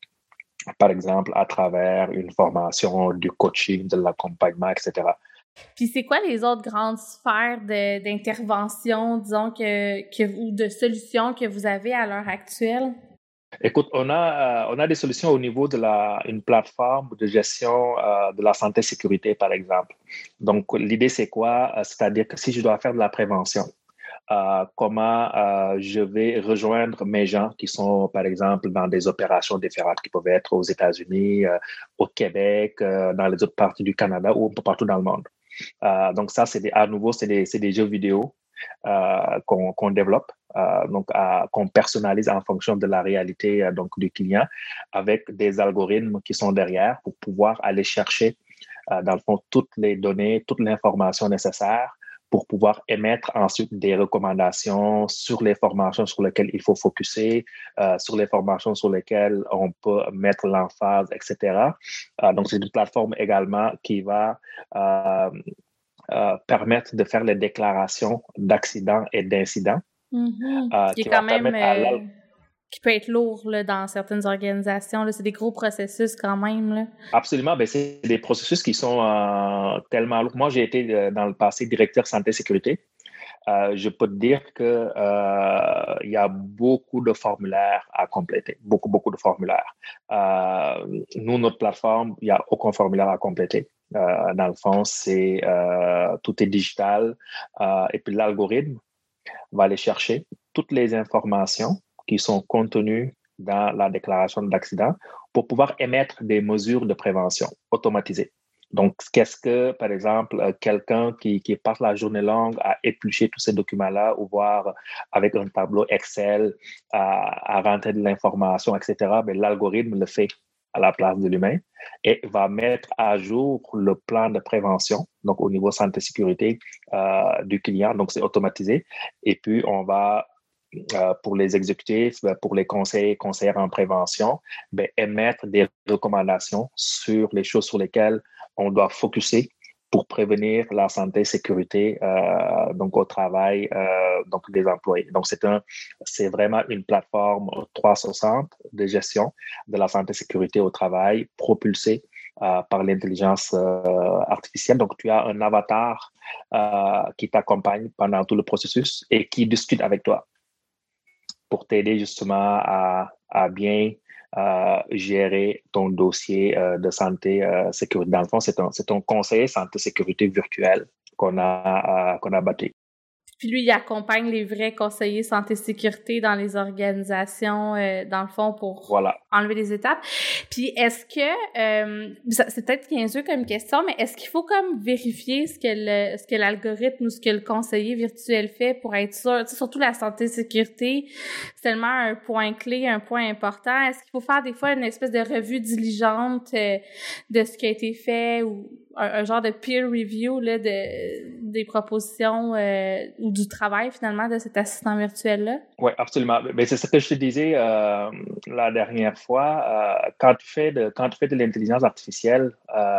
Par exemple, à travers une formation, du coaching, de l'accompagnement, etc. Puis c'est quoi les autres grandes sphères d'intervention, disons, ou de solutions que vous avez à l'heure actuelle? Écoute, on a des solutions au niveau de une plateforme de gestion de la santé et sécurité, par exemple. Donc, l'idée, c'est quoi? C'est-à-dire que si je dois faire de la prévention, comment je vais rejoindre mes gens qui sont, par exemple, dans des opérations différentes qui peuvent être aux États-Unis, au Québec, dans les autres parties du Canada ou un peu partout dans le monde. Donc, ça, à nouveau, c'est des jeux vidéo qu'on développe, donc qu'on personnalise en fonction de la réalité donc du client, avec des algorithmes qui sont derrière pour pouvoir aller chercher, dans le fond, toutes les données, toute l'information nécessaire pour pouvoir émettre ensuite des recommandations sur les formations sur lesquelles il faut focuser, sur les formations sur lesquelles on peut mettre l'emphase, etc. Donc, c'est une plateforme également qui va permettre de faire les déclarations d'accidents et d'incidents. Qui est quand même qui peut être lourd là, dans certaines organisations. Là. C'est des gros processus quand même. Là. Absolument. Ben, c'est des processus qui sont tellement lourds. Moi, j'ai été dans le passé directeur santé-sécurité. Je peux te dire que il y a beaucoup de formulaires à compléter, beaucoup de formulaires. Nous, notre plateforme, il n'y a aucun formulaire à compléter. Dans le fond, tout est digital et puis l'algorithme va aller chercher toutes les informations qui sont contenues dans la déclaration d'accident pour pouvoir émettre des mesures de prévention automatisées. Donc, qu'est-ce que, par exemple, quelqu'un qui passe la journée longue à éplucher tous ces documents-là ou voir avec un tableau Excel à rentrer de l'information, etc., ben, l'algorithme le fait à la place de l'humain et va mettre à jour le plan de prévention, donc au niveau santé-sécurité du client, donc c'est automatisé. Et puis, on va pour les exécutifs, pour les conseillères en prévention, émettre des recommandations sur les choses sur lesquelles on doit focuser pour prévenir la santé et sécurité donc au travail donc des employés. Donc, c'est vraiment une plateforme 360 de gestion de la santé et sécurité au travail propulsée par l'intelligence artificielle. Donc, tu as un avatar qui t'accompagne pendant tout le processus et qui discute avec toi pour t'aider justement à bien gérer ton dossier de santé sécurité. Dans le fond, c'est un conseiller santé-sécurité virtuel qu'on a bâti. Puis lui, il accompagne les vrais conseillers santé-sécurité dans les organisations, dans le fond, pour enlever les étapes. Puis est-ce que, c'est peut-être 15 comme question, mais est-ce qu'il faut comme vérifier ce que l'algorithme ou ce que le conseiller virtuel fait pour être sûr, tu sais, surtout la santé-sécurité, c'est tellement un point clé, un point important. Est-ce qu'il faut faire des fois une espèce de revue diligente de ce qui a été fait ou un genre de peer review là, des propositions ou du travail finalement de cet assistant virtuel-là? Oui, absolument. Mais c'est ce que je te disais la dernière fois. Quand tu fais de l'intelligence artificielle,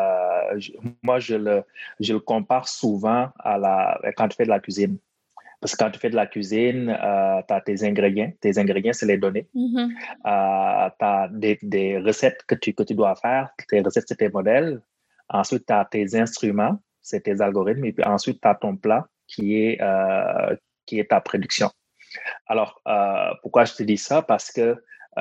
moi je le compare souvent quand tu fais de la cuisine. Parce que quand tu fais de la cuisine, tu as tes ingrédients. Tes ingrédients, c'est les données. Mm-hmm. Tu as des recettes que tu dois faire. Tes recettes, c'est tes modèles. Ensuite, tu as tes instruments, c'est tes algorithmes. Et puis ensuite, tu as ton plat qui est ta production. Alors, pourquoi je te dis ça? Parce que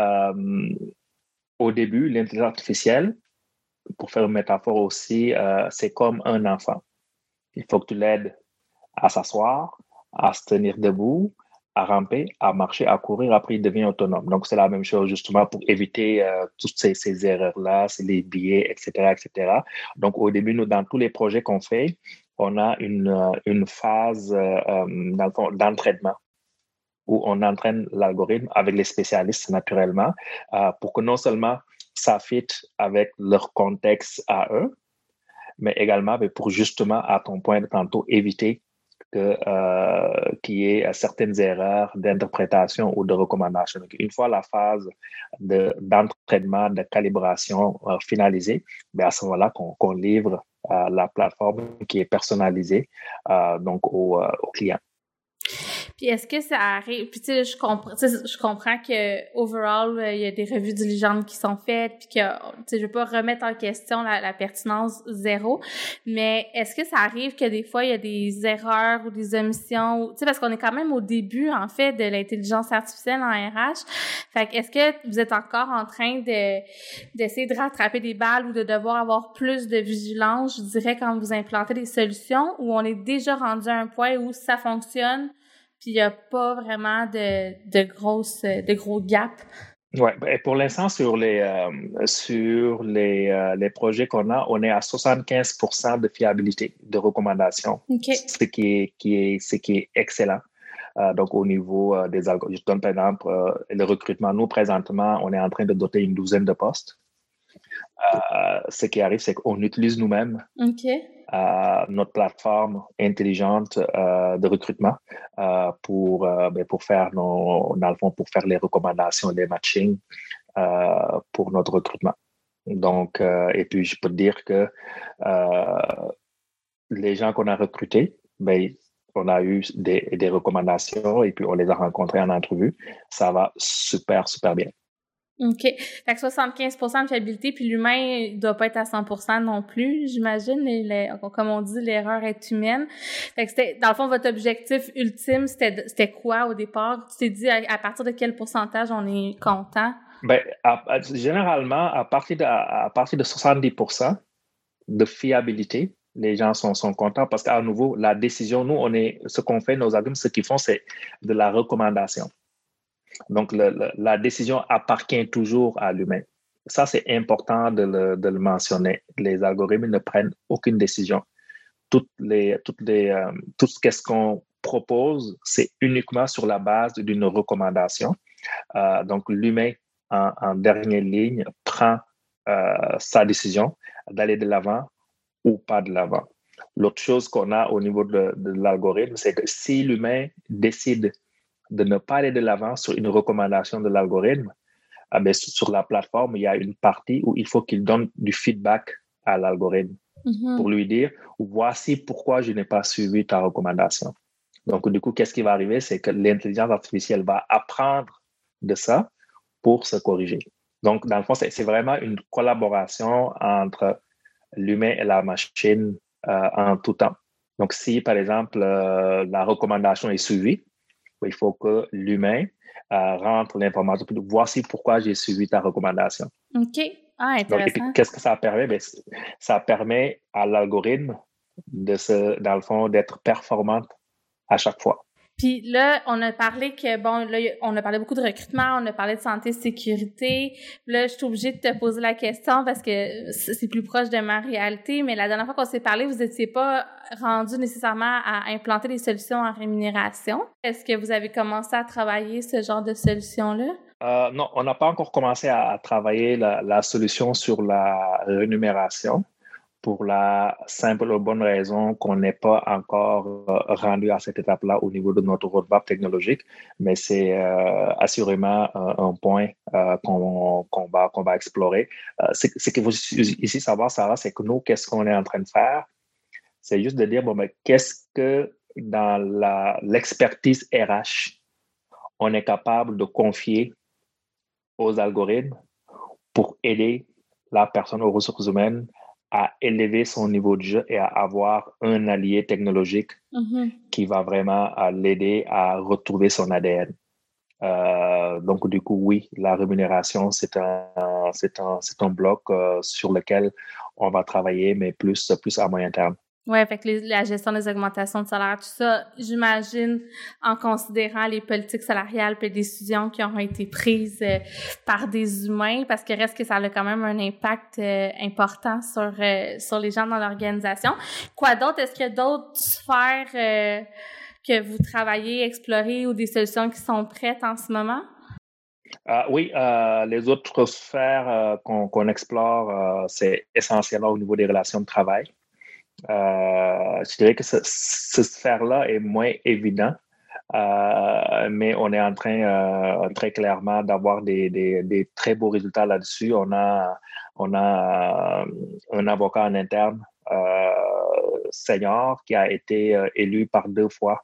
au début, l'intelligence artificielle, pour faire une métaphore aussi, c'est comme un enfant. Il faut que tu l'aides à s'asseoir, à se tenir debout, à ramper, à marcher, à courir. Après, il devient autonome. Donc, c'est la même chose justement pour éviter toutes ces erreurs-là, les biais, etc., etc. Donc, au début, nous, dans tous les projets qu'on fait, on a une phase dans le fond, d'entraînement où on entraîne l'algorithme avec les spécialistes naturellement pour que non seulement ça fit avec leur contexte à eux, mais également pour justement, à ton point de tantôt, éviter qu'il y ait certaines erreurs d'interprétation ou de recommandation. Donc, une fois la phase d'entraînement, de calibration finalisée, à ce moment-là qu'on livre la plateforme qui est personnalisée donc au client. Puis est-ce que ça arrive, puis tu sais, je comprends que overall il y a des revues diligentes qui sont faites, puis que tu sais, je veux pas remettre en question la pertinence zéro, mais est-ce que ça arrive que des fois il y a des erreurs ou des omissions, tu sais, parce qu'on est quand même au début en fait de l'intelligence artificielle en RH. Fait que est-ce que vous êtes encore en train d'essayer de rattraper des balles ou de devoir avoir plus de vigilance, je dirais, quand vous implantez des solutions, ou on est déjà rendu à un point où ça fonctionne? Puis il n'y a pas vraiment de gros gaps. Oui, pour l'instant, sur les projets qu'on a, on est à 75% de fiabilité de recommandation, ce qui est excellent. Donc, au niveau des algorithmes, je donne par exemple le recrutement. Nous, présentement, on est en train de doter une 12aine de postes. Ce qui arrive, c'est qu'on utilise nous-mêmes notre plateforme intelligente de recrutement pour faire dans le fond, pour faire les recommandations, les matchings pour notre recrutement. Donc, et puis je peux te dire que les gens qu'on a recrutés, on a eu des recommandations et puis on les a rencontrés en entrevue. Ça va super, super bien. OK. Fait que 75% de fiabilité, puis l'humain ne doit pas être à 100% non plus, j'imagine. Comme on dit, l'erreur est humaine. Fait que c'était, dans le fond, votre objectif ultime, c'était quoi au départ? Tu t'es dit à partir de quel pourcentage on est content? Ben, généralement, à partir de 70% de fiabilité, les gens sont contents parce qu'à nouveau, la décision, ce qu'on fait, nos algorithmes, ce qu'ils font, c'est de la recommandation. Donc, la décision appartient toujours à l'humain. Ça, c'est important de le mentionner. Les algorithmes ne prennent aucune décision. Tout ce qu'on propose, c'est uniquement sur la base d'une recommandation. Donc, l'humain, en dernière ligne, prend sa décision d'aller de l'avant ou pas de l'avant. L'autre chose qu'on a au niveau de l'algorithme, c'est que si l'humain décide de ne pas aller de l'avant sur une recommandation de l'algorithme, sur la plateforme, il y a une partie où il faut qu'il donne du feedback à l'algorithme pour lui dire « Voici pourquoi je n'ai pas suivi ta recommandation ». Donc, du coup, qu'est-ce qui va arriver? C'est que l'intelligence artificielle va apprendre de ça pour se corriger. Donc, dans le fond, c'est vraiment une collaboration entre l'humain et la machine en tout temps. Donc, si, par exemple, la recommandation est suivie, il faut que l'humain rentre l'information. Voici pourquoi j'ai suivi ta recommandation. OK. Ah, intéressant. Donc, qu'est-ce que ça permet? Ben, ça permet à l'algorithme dans le fond, d'être performante à chaque fois. Puis là, on a parlé on a parlé beaucoup de recrutement, on a parlé de santé, sécurité. Là, je suis obligée de te poser la question parce que c'est plus proche de ma réalité, mais la dernière fois qu'on s'est parlé, vous n'étiez pas rendu nécessairement à implanter des solutions en rémunération. Est-ce que vous avez commencé à travailler ce genre de solution-là? Non, on n'a pas encore commencé à travailler la solution sur la rémunération. Pour la simple et bonne raison qu'on n'est pas encore rendu à cette étape-là au niveau de notre roadmap technologique, mais c'est assurément un point qu'on va explorer. Ce qu'il faut ici savoir, Sarah, c'est que nous, qu'est-ce qu'on est en train de faire? C'est juste de dire, qu'est-ce que dans l'expertise RH, on est capable de confier aux algorithmes pour aider la personne aux ressources humaines à élever son niveau de jeu et à avoir un allié technologique qui va vraiment l'aider à retrouver son ADN. Donc, du coup, oui, la rémunération, c'est un bloc sur lequel on va travailler, mais plus à moyen terme. Oui, fait que la gestion des augmentations de salaire, tout ça, j'imagine, en considérant les politiques salariales et les décisions qui auront été prises par des humains, parce que reste que ça a quand même un impact important sur les gens dans l'organisation. Quoi d'autre? Est-ce qu'il y a d'autres sphères que vous travaillez, explorez ou des solutions qui sont prêtes en ce moment? Oui, les autres sphères qu'on explore, c'est essentiellement au niveau des relations de travail. Je dirais que cette sphère-là est moins évident, mais on est en train très clairement d'avoir des très beaux résultats là-dessus. On a un avocat en interne senior qui a été élu par 2 fois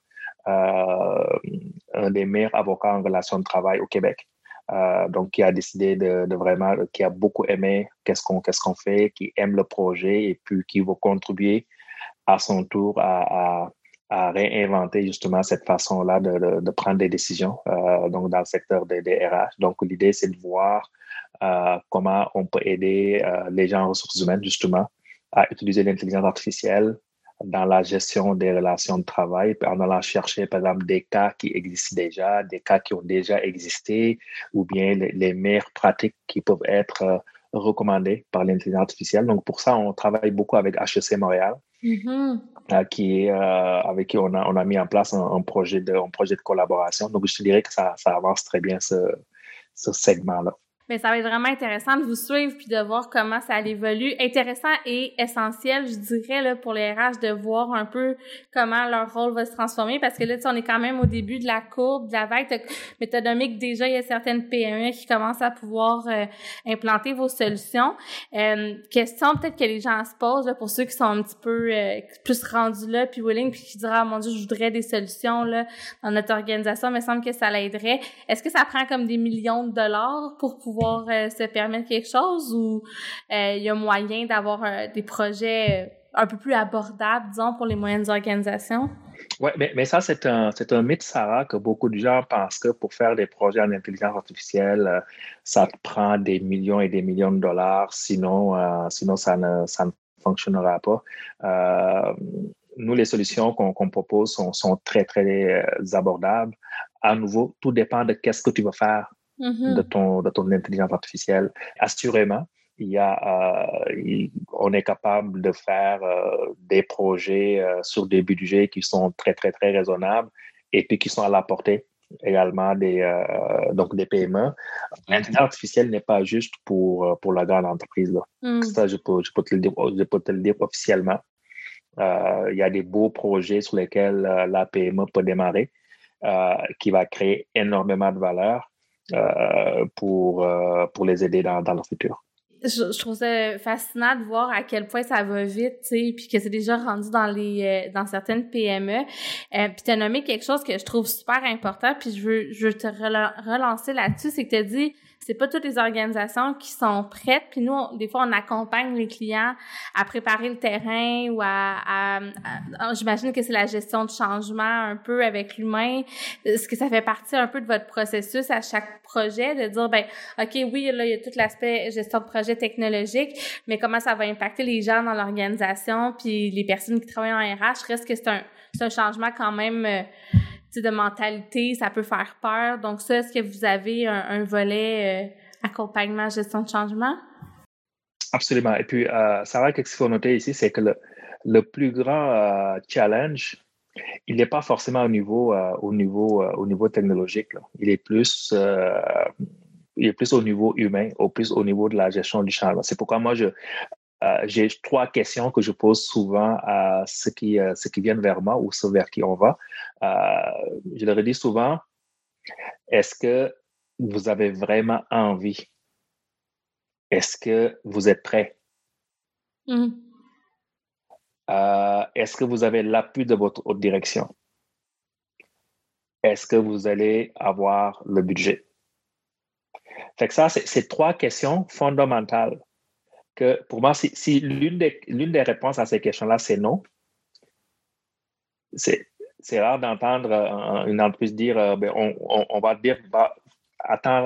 un des meilleurs avocats en relation de travail au Québec. Donc, qui a décidé de vraiment, qui a beaucoup aimé qu'est-ce qu'on fait, qui aime le projet et puis qui va contribuer à son tour à réinventer justement cette façon-là de prendre des décisions donc dans le secteur des RH. Donc, l'idée, c'est de voir comment on peut aider les gens en ressources humaines justement à utiliser l'intelligence artificielle dans la gestion des relations de travail, en allant chercher, par exemple, des cas qui existent déjà, des cas qui ont déjà existé, ou bien les meilleures pratiques qui peuvent être recommandées par l'intelligence artificielle. Donc, pour ça, on travaille beaucoup avec HEC Montréal, avec qui on a mis en place un projet de collaboration. Donc, je te dirais que ça avance très bien, ce segment-là. Mais ça va être vraiment intéressant de vous suivre puis de voir comment ça évolue. Intéressant et essentiel, je dirais, là, pour les RH, de voir un peu comment leur rôle va se transformer parce que là, tu sais, on est quand même au début de la courbe, de la vague. Mais tu as nommé que déjà, il y a certaines PME qui commencent à pouvoir implanter vos solutions. Question peut-être que les gens se posent, là, pour ceux qui sont un petit peu plus rendus là, puis willing, puis qui diraient, ah, mon Dieu, je voudrais des solutions là dans notre organisation, il me semble que ça l'aiderait. Est-ce que ça prend comme des millions de dollars pour pouvoir se permettre quelque chose ou il y a moyen d'avoir des projets un peu plus abordables, disons, pour les moyennes organisations? Oui, mais ça, c'est un mythe, Sarah, que beaucoup de gens pensent que pour faire des projets en intelligence artificielle, ça te prend des millions et des millions de dollars, sinon ça ne fonctionnera pas. Nous, les solutions qu'on propose sont très, très abordables. À nouveau, tout dépend de qu'est-ce que tu vas faire de ton intelligence artificielle. Assurément, on est capable de faire des projets sur des budgets qui sont très, très, très raisonnables et puis qui sont à la portée également donc des PME. L'intelligence artificielle n'est pas juste pour la grande entreprise. Là. Ça, je peux te le dire officiellement. Il y a des beaux projets sur lesquels la PME peut démarrer, qui va créer énormément de valeur pour les aider dans leur futur. Je trouve ça fascinant de voir à quel point ça va vite, tu sais, puis que c'est déjà rendu dans certaines PME. Puis t'as nommé quelque chose que je trouve super important, puis je veux te relancer là-dessus, c'est que t'as dit c'est pas toutes les organisations qui sont prêtes, puis nous, des fois, on accompagne les clients à préparer le terrain ou j'imagine que c'est la gestion de changement un peu avec l'humain. Est-ce que ça fait partie un peu de votre processus à chaque projet, de dire, ben, OK, oui, là, il y a tout l'aspect gestion de projet technologique, mais comment ça va impacter les gens dans l'organisation, puis les personnes qui travaillent en RH, reste que c'est un changement quand même de mentalité, ça peut faire peur. Donc ça, est-ce que vous avez un volet accompagnement, gestion de changement? Absolument. Et puis, Sarah, qu'est-ce qu'il faut noter ici, c'est que le plus grand challenge, il n'est pas forcément au niveau technologique. Là. Il est plus au niveau humain, plus au niveau de la gestion du changement. C'est pourquoi moi, j'ai 3 questions que je pose souvent à ceux qui viennent vers moi ou ceux vers qui on va. Je leur dis souvent, est-ce que vous avez vraiment envie? Est-ce que vous êtes prêt? Est-ce que vous avez l'appui de votre haute direction? Est-ce que vous allez avoir le budget? Fait que ça, c'est 3 questions fondamentales que pour moi, si l'une des réponses à ces questions-là, c'est non, c'est rare d'entendre une entreprise dire on va dire attends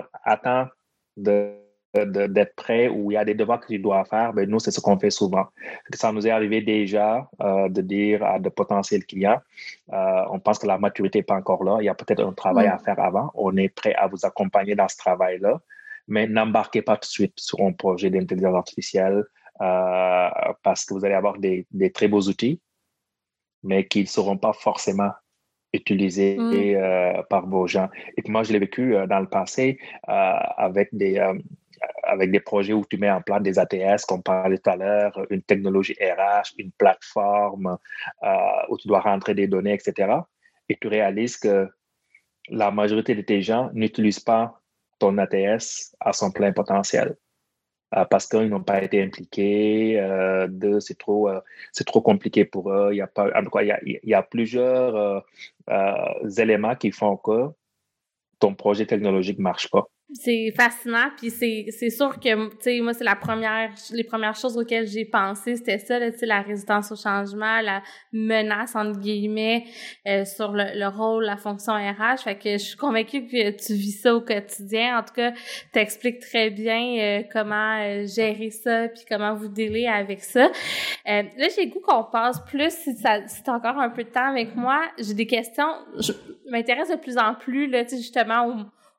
d'être prêt ou il y a des devoirs que tu dois faire. Ben, nous, c'est ce qu'on fait souvent. Ça nous est arrivé déjà de dire à de potentiels clients, on pense que la maturité n'est pas encore là, il y a peut-être un travail à faire avant, on est prêt à vous accompagner dans ce travail-là, mais n'embarquez pas tout de suite sur un projet d'intelligence artificielle parce que vous allez avoir des très beaux outils, mais qui ne seront pas forcément utilisés par vos gens. Et puis moi, je l'ai vécu dans le passé avec des projets où tu mets en place des ATS, comme on parlait tout à l'heure, une technologie RH, une plateforme où tu dois rentrer des données, etc. Et tu réalises que la majorité de tes gens n'utilisent pas ton ATS à son plein potentiel. Parce qu'ils n'ont pas été impliqués, c'est trop compliqué pour eux. Il y a plusieurs éléments qui font que ton projet technologique ne marche pas. C'est fascinant, puis c'est sûr que, tu sais, moi, c'est les premières choses auxquelles j'ai pensé, c'était ça, tu sais, la résistance au changement, la menace, entre guillemets, sur le rôle, la fonction RH. Fait que je suis convaincue que tu vis ça au quotidien. En tout cas, t'expliques très bien comment gérer ça, puis comment vous dealez avec ça. Là, j'ai le goût qu'on passe plus, si t'as encore un peu de temps avec moi. J'ai des questions, je m'intéresse de plus en plus, là, tu sais, justement, au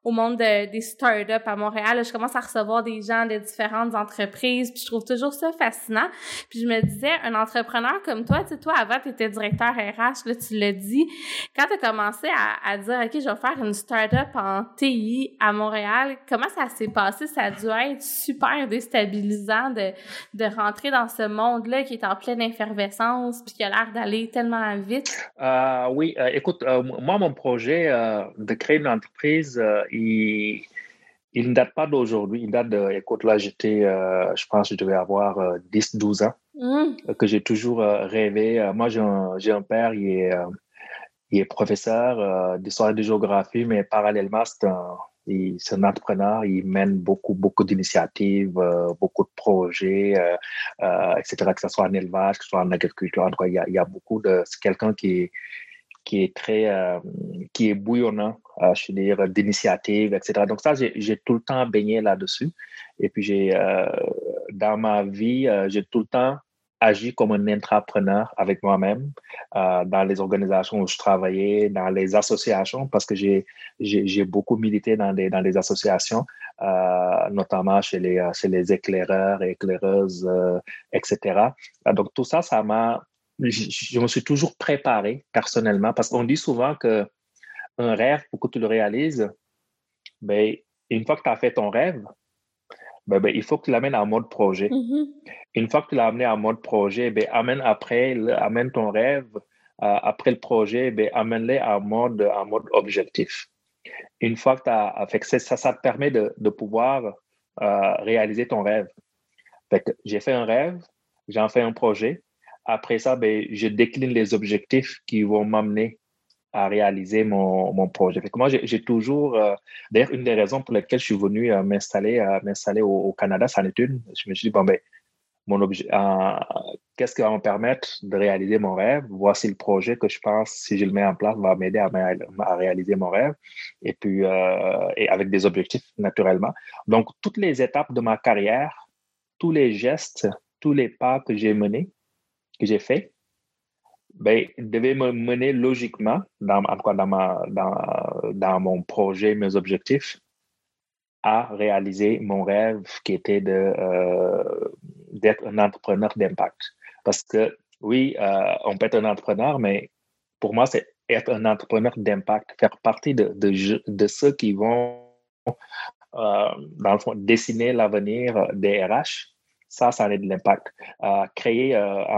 au monde des startups à Montréal. Là, je commence à recevoir des gens de différentes entreprises, puis je trouve toujours ça fascinant. Puis je me disais, un entrepreneur comme toi, tu sais, toi, avant, tu étais directeur RH, là, tu l'as dit. Quand tu as commencé à dire, OK, je vais faire une startup en TI à Montréal, comment ça s'est passé? Ça a dû être super déstabilisant de rentrer dans ce monde-là qui est en pleine effervescence puis qui a l'air d'aller tellement vite. Oui, écoute, moi, mon projet de créer une entreprise, il ne date pas d'aujourd'hui. Il date de, écoute, là, je pense que je devais avoir 10-12 ans, que j'ai toujours rêvé. Moi, j'ai un père, il est professeur d'histoire et de géographie, mais parallèlement, c'est un entrepreneur. Il mène beaucoup d'initiatives, beaucoup de projets, etc., que ce soit en élevage, que ce soit en agriculture. En tout cas, il y a beaucoup de... C'est quelqu'un qui est qui est bouillonnant, je veux dire, d'initiatives, etc. Donc ça, j'ai tout le temps baigné là-dessus. Et puis, dans ma vie, j'ai tout le temps agi comme un entrepreneur avec moi-même dans les organisations où je travaillais, dans les associations, parce que j'ai beaucoup milité dans des associations, notamment chez les éclaireurs et éclaireuses, etc. Donc tout ça, je me suis toujours préparé personnellement, parce qu'on dit souvent qu'un rêve, pour que tu le réalises, ben, une fois que tu as fait ton rêve, il faut que tu l'amènes en mode projet. Une fois que tu l'as amené en mode projet, amène ton rêve après le projet, amène-le en mode objectif. Une fois que tu as fait ça te permet de pouvoir réaliser ton rêve. Fait que j'ai fait un rêve, j'en fais un projet. Après ça, je décline les objectifs qui vont m'amener à réaliser mon projet. Fait que moi, j'ai toujours... d'ailleurs, une des raisons pour lesquelles je suis venu m'installer au Canada, c'en est une. Je me suis dit, qu'est-ce qui va me permettre de réaliser mon rêve? Voici le projet que je pense, si je le mets en place, va m'aider à réaliser mon rêve. Et puis, et avec des objectifs, naturellement. Donc, toutes les étapes de ma carrière, tous les gestes, tous les pas que j'ai menés, que j'ai faits, devaient me mener logiquement, dans mon projet, mes objectifs, à réaliser mon rêve qui était d'être un entrepreneur d'impact. Parce que oui, on peut être un entrepreneur, mais pour moi, c'est être un entrepreneur d'impact, faire partie de ceux qui vont, dans le fond, dessiner l'avenir des RH. Ça en est de l'impact. Créer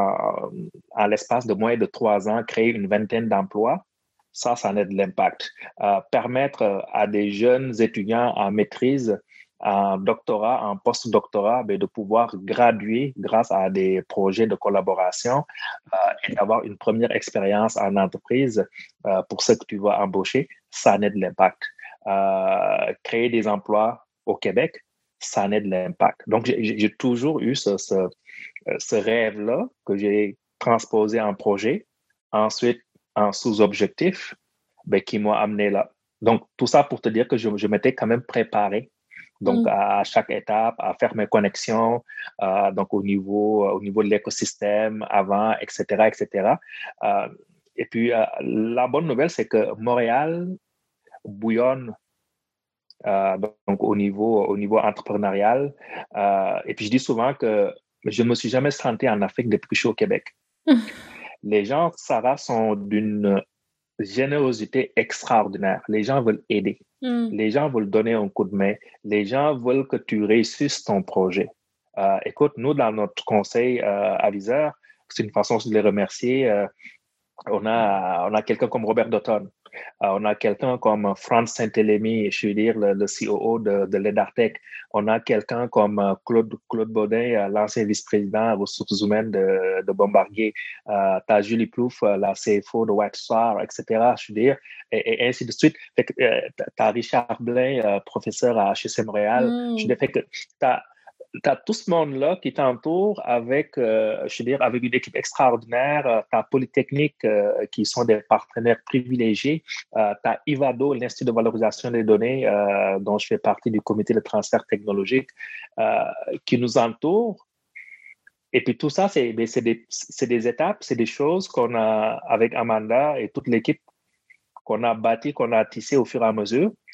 en l'espace de moins de 3 ans, créer une vingtaine d'emplois, ça en est de l'impact. Permettre à des jeunes étudiants en maîtrise, en doctorat, en post-doctorat, de pouvoir graduer grâce à des projets de collaboration et d'avoir une première expérience en entreprise pour ceux que tu vas embaucher, ça en est de l'impact. Créer des emplois au Québec, ça en est de l'impact. Donc, j'ai toujours eu ce rêve-là que j'ai transposé en projet, ensuite en sous-objectif, qui m'a amené là. Donc, tout ça pour te dire que je m'étais quand même préparé. Donc, à chaque étape, à faire mes connexions, donc au niveau de l'écosystème avant, etc., etc. Et puis, la bonne nouvelle, c'est que Montréal bouillonne donc au niveau entrepreneurial. Et puis, je dis souvent que je ne me suis jamais senti en Afrique depuis que je suis au Québec. Les gens, Sarah, sont d'une générosité extraordinaire. Les gens veulent aider. Les gens veulent donner un coup de main. Les gens veulent que tu réussisses ton projet. Écoute, nous, dans notre conseil aviseur, c'est une façon de les remercier. On a quelqu'un comme Robert Dutton. On a quelqu'un comme Franz Saint-Elémy, je veux dire, le COO de l'EDARTEC. On a quelqu'un comme Claude Baudin, l'ancien vice-président ressources humaines de Bombardier. Tu as Julie Plouffe, la CFO de White Star, etc. Je veux dire, et ainsi de suite. Tu as Richard Blain, professeur à HEC Montréal. Je veux dire, tu as tout ce monde-là qui t'entoure avec, avec une équipe extraordinaire. Tu as Polytechnique qui sont des partenaires privilégiés. Tu as Ivado, l'Institut de valorisation des données, dont je fais partie du comité de transfert technologique, qui nous entoure. Et puis tout ça, c'est des étapes, c'est des choses qu'on a avec Amanda et toute l'équipe qu'on a bâti, qu'on a tissé au fur et à mesure.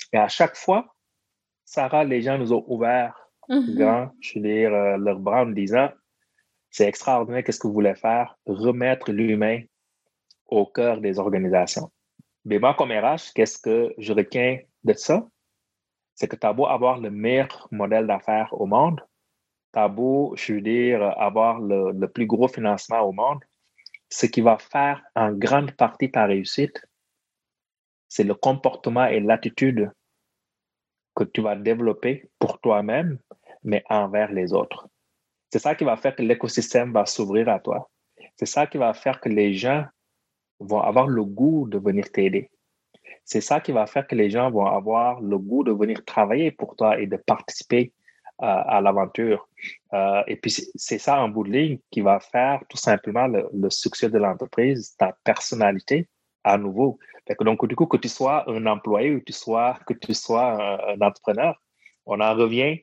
Et à chaque fois, Sarah, les gens nous ont ouvert grand, je veux dire, leurs bras en disant, c'est extraordinaire, qu'est-ce que vous voulez faire? Remettre l'humain au cœur des organisations. Mais moi, comme RH, qu'est-ce que je retiens de ça? C'est que tu as beau avoir le meilleur modèle d'affaires au monde, tu as beau, je veux dire, avoir le plus gros financement au monde, ce qui va faire en grande partie ta réussite, c'est le comportement et l'attitude que tu vas développer pour toi-même, mais envers les autres. C'est ça qui va faire que l'écosystème va s'ouvrir à toi. C'est ça qui va faire que les gens vont avoir le goût de venir t'aider. C'est ça qui va faire que les gens vont avoir le goût de venir travailler pour toi et de participer à l'aventure. Et puis, c'est ça, en bout de ligne, qui va faire tout simplement le succès de l'entreprise, ta personnalité, à nouveau. Donc, du coup, que tu sois un employé ou que tu sois un entrepreneur, on en revient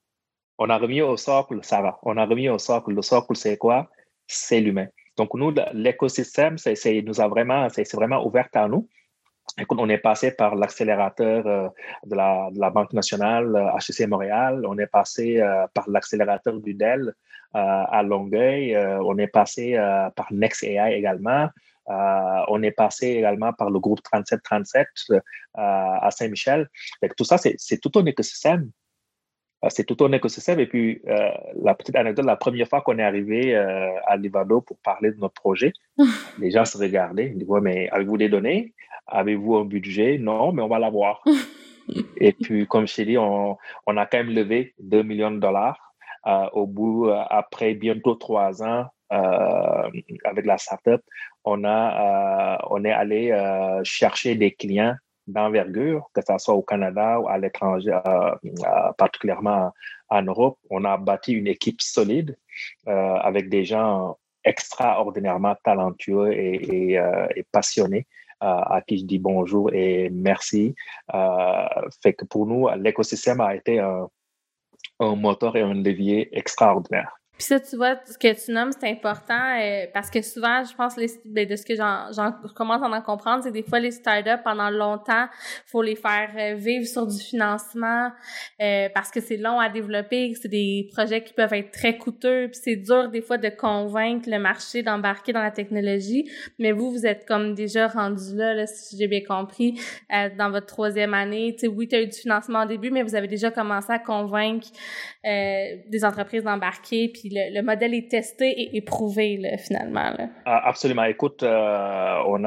au socle, ça va. On a remis au socle. Le socle, c'est quoi? C'est l'humain. Donc, nous, l'écosystème, c'est vraiment ouvert à nous. Écoute, on est passé par l'accélérateur de la Banque nationale HEC Montréal, on est passé par l'accélérateur du Dell à Longueuil, on est passé par NextAI également, on est passé également par le groupe 3737 à Saint-Michel. Donc, tout ça, c'est tout un écosystème. C'est tout un écosystème. Et puis, la petite anecdote, la première fois qu'on est arrivé à Livado pour parler de notre projet, les gens se regardaient. Ils disaient, ouais, mais avez-vous des données? Avez-vous un budget? Non, mais on va l'avoir. Et puis, comme je t'ai dit, on a quand même levé 2 millions de dollars au bout, après bientôt 3 ans avec la startup. On est allé chercher des clients d'envergure, que ce soit au Canada ou à l'étranger, particulièrement en Europe. On a bâti une équipe solide avec des gens extraordinairement talentueux et passionnés à qui je dis bonjour et merci. Fait que pour nous, l'écosystème a été un moteur et un levier extraordinaire. Puis ça, tu vois, ce que tu nommes, c'est important parce que souvent, je pense, de ce que je commence à en comprendre, c'est que des fois, les startups, pendant longtemps, faut les faire vivre sur du financement parce que c'est long à développer, c'est des projets qui peuvent être très coûteux, puis c'est dur des fois de convaincre le marché d'embarquer dans la technologie. Mais vous êtes comme déjà rendu là, si j'ai bien compris, dans votre 3e année. Tu sais, oui, tu as eu du financement au début, mais vous avez déjà commencé à convaincre des entreprises d'embarquer, puis le modèle est testé et éprouvé, là, finalement. Là. Absolument. Écoute, on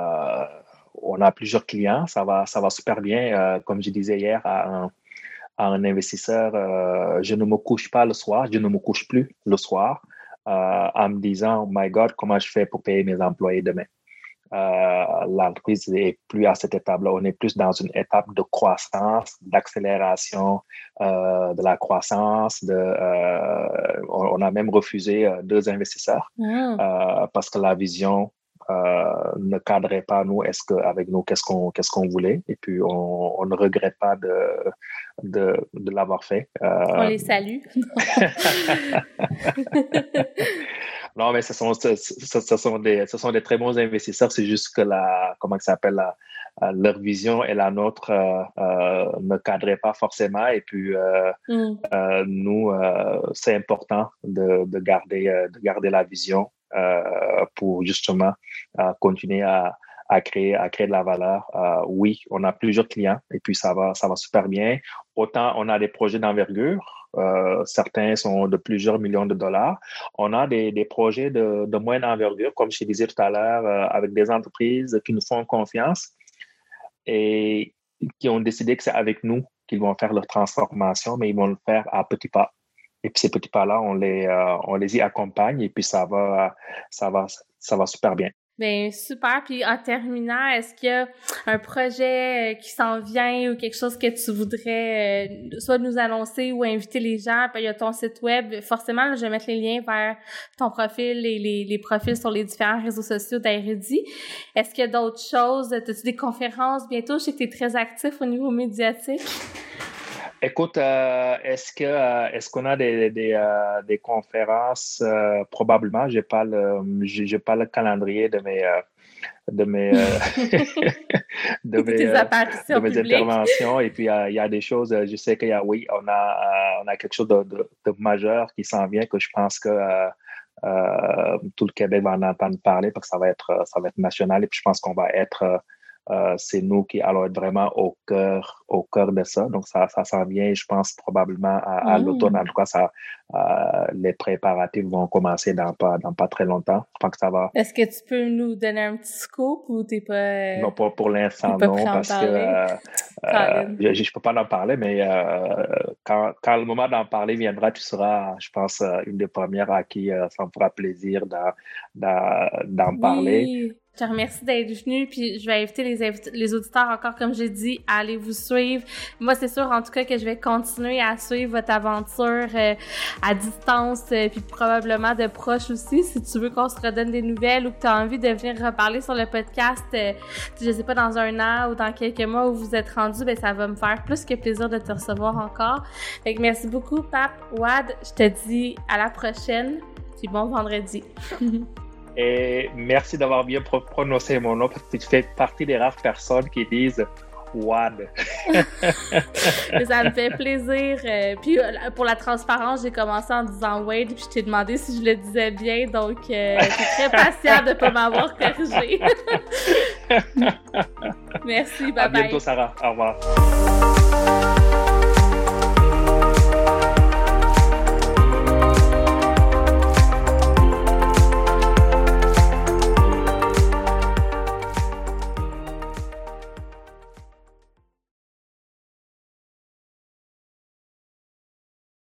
a plusieurs clients. Ça va super bien. Comme je disais hier à un investisseur, je ne me couche pas le soir, je ne me couche plus le soir en me disant, oh my God, comment je fais pour payer mes employés demain? L'entreprise n'est plus à cette étape-là. On est plus dans une étape de croissance, d'accélération de la croissance. On a même refusé 2 investisseurs parce que la vision ne cadrait pas nous. Avec nous, qu'est-ce qu'on voulait? Et puis on ne regrette pas de l'avoir fait. On les salue. Non, mais ce sont des très bons investisseurs. C'est juste que comment ça s'appelle, leur vision et la nôtre ne cadraient pas forcément. Et puis, nous, c'est important de garder la vision pour justement continuer à créer de la valeur. Oui, on a plusieurs clients et puis ça va super bien. Autant on a des projets d'envergure. Certains sont de plusieurs millions de dollars. On a des projets de moindre envergure, comme je disais tout à l'heure, avec des entreprises qui nous font confiance et qui ont décidé que c'est avec nous qu'ils vont faire leur transformation, mais ils vont le faire à petits pas. Et puis ces petits pas-là, on les y accompagne et puis ça va super bien. Bien, super. Puis en terminant, est-ce qu'il y a un projet qui s'en vient ou quelque chose que tu voudrais soit nous annoncer ou inviter les gens? Puis il y a ton site web. Forcément, là, je vais mettre les liens vers ton profil et les profils sur les différents réseaux sociaux d'Airidi. Est-ce qu'il y a d'autres choses? As-tu des conférences bientôt? Je sais que tu es très actif au niveau médiatique. Écoute, est-ce qu'on a des conférences? Probablement. J'ai pas le calendrier de mes apparitions publiques. Interventions. Et puis, il y a des choses, je sais qu'il y a, oui, on a quelque chose de majeur qui s'en vient, que je pense que tout le Québec va en entendre parler, parce que ça va être national. Et puis, je pense qu'on va être... c'est nous qui allons être vraiment au cœur de ça. Donc, ça s'en vient, je pense, probablement à l'automne. En tout cas, les préparatifs vont commencer dans pas très longtemps. Je pense que ça va. Est-ce que tu peux nous donner un petit scoop ou t'es pas... Non, pas pour l'instant, non, parce que je peux pas en parler, mais quand le moment d'en parler viendra, tu seras, je pense, une des premières à qui ça me fera plaisir d'en parler. Je te remercie d'être venu, puis je vais inviter les auditeurs encore, comme j'ai dit, à aller vous suivre. Moi, c'est sûr, en tout cas, que je vais continuer à suivre votre aventure à distance, puis probablement de proche aussi. Si tu veux qu'on se redonne des nouvelles ou que tu as envie de venir reparler sur le podcast, je sais pas, dans un an ou dans quelques mois où vous êtes rendu, ben ça va me faire plus que plaisir de te recevoir encore. Fait que merci beaucoup, Pape Wade. Je te dis à la prochaine, puis bon vendredi. Et merci d'avoir bien prononcé mon nom, parce que tu fais partie des rares personnes qui disent Wade. Ça me fait plaisir. Puis pour la transparence, j'ai commencé en disant Wade, puis je t'ai demandé si je le disais bien, donc t'es très patient de ne pas m'avoir corrigé. Merci, bye bye. À bientôt, Sarah. Au revoir.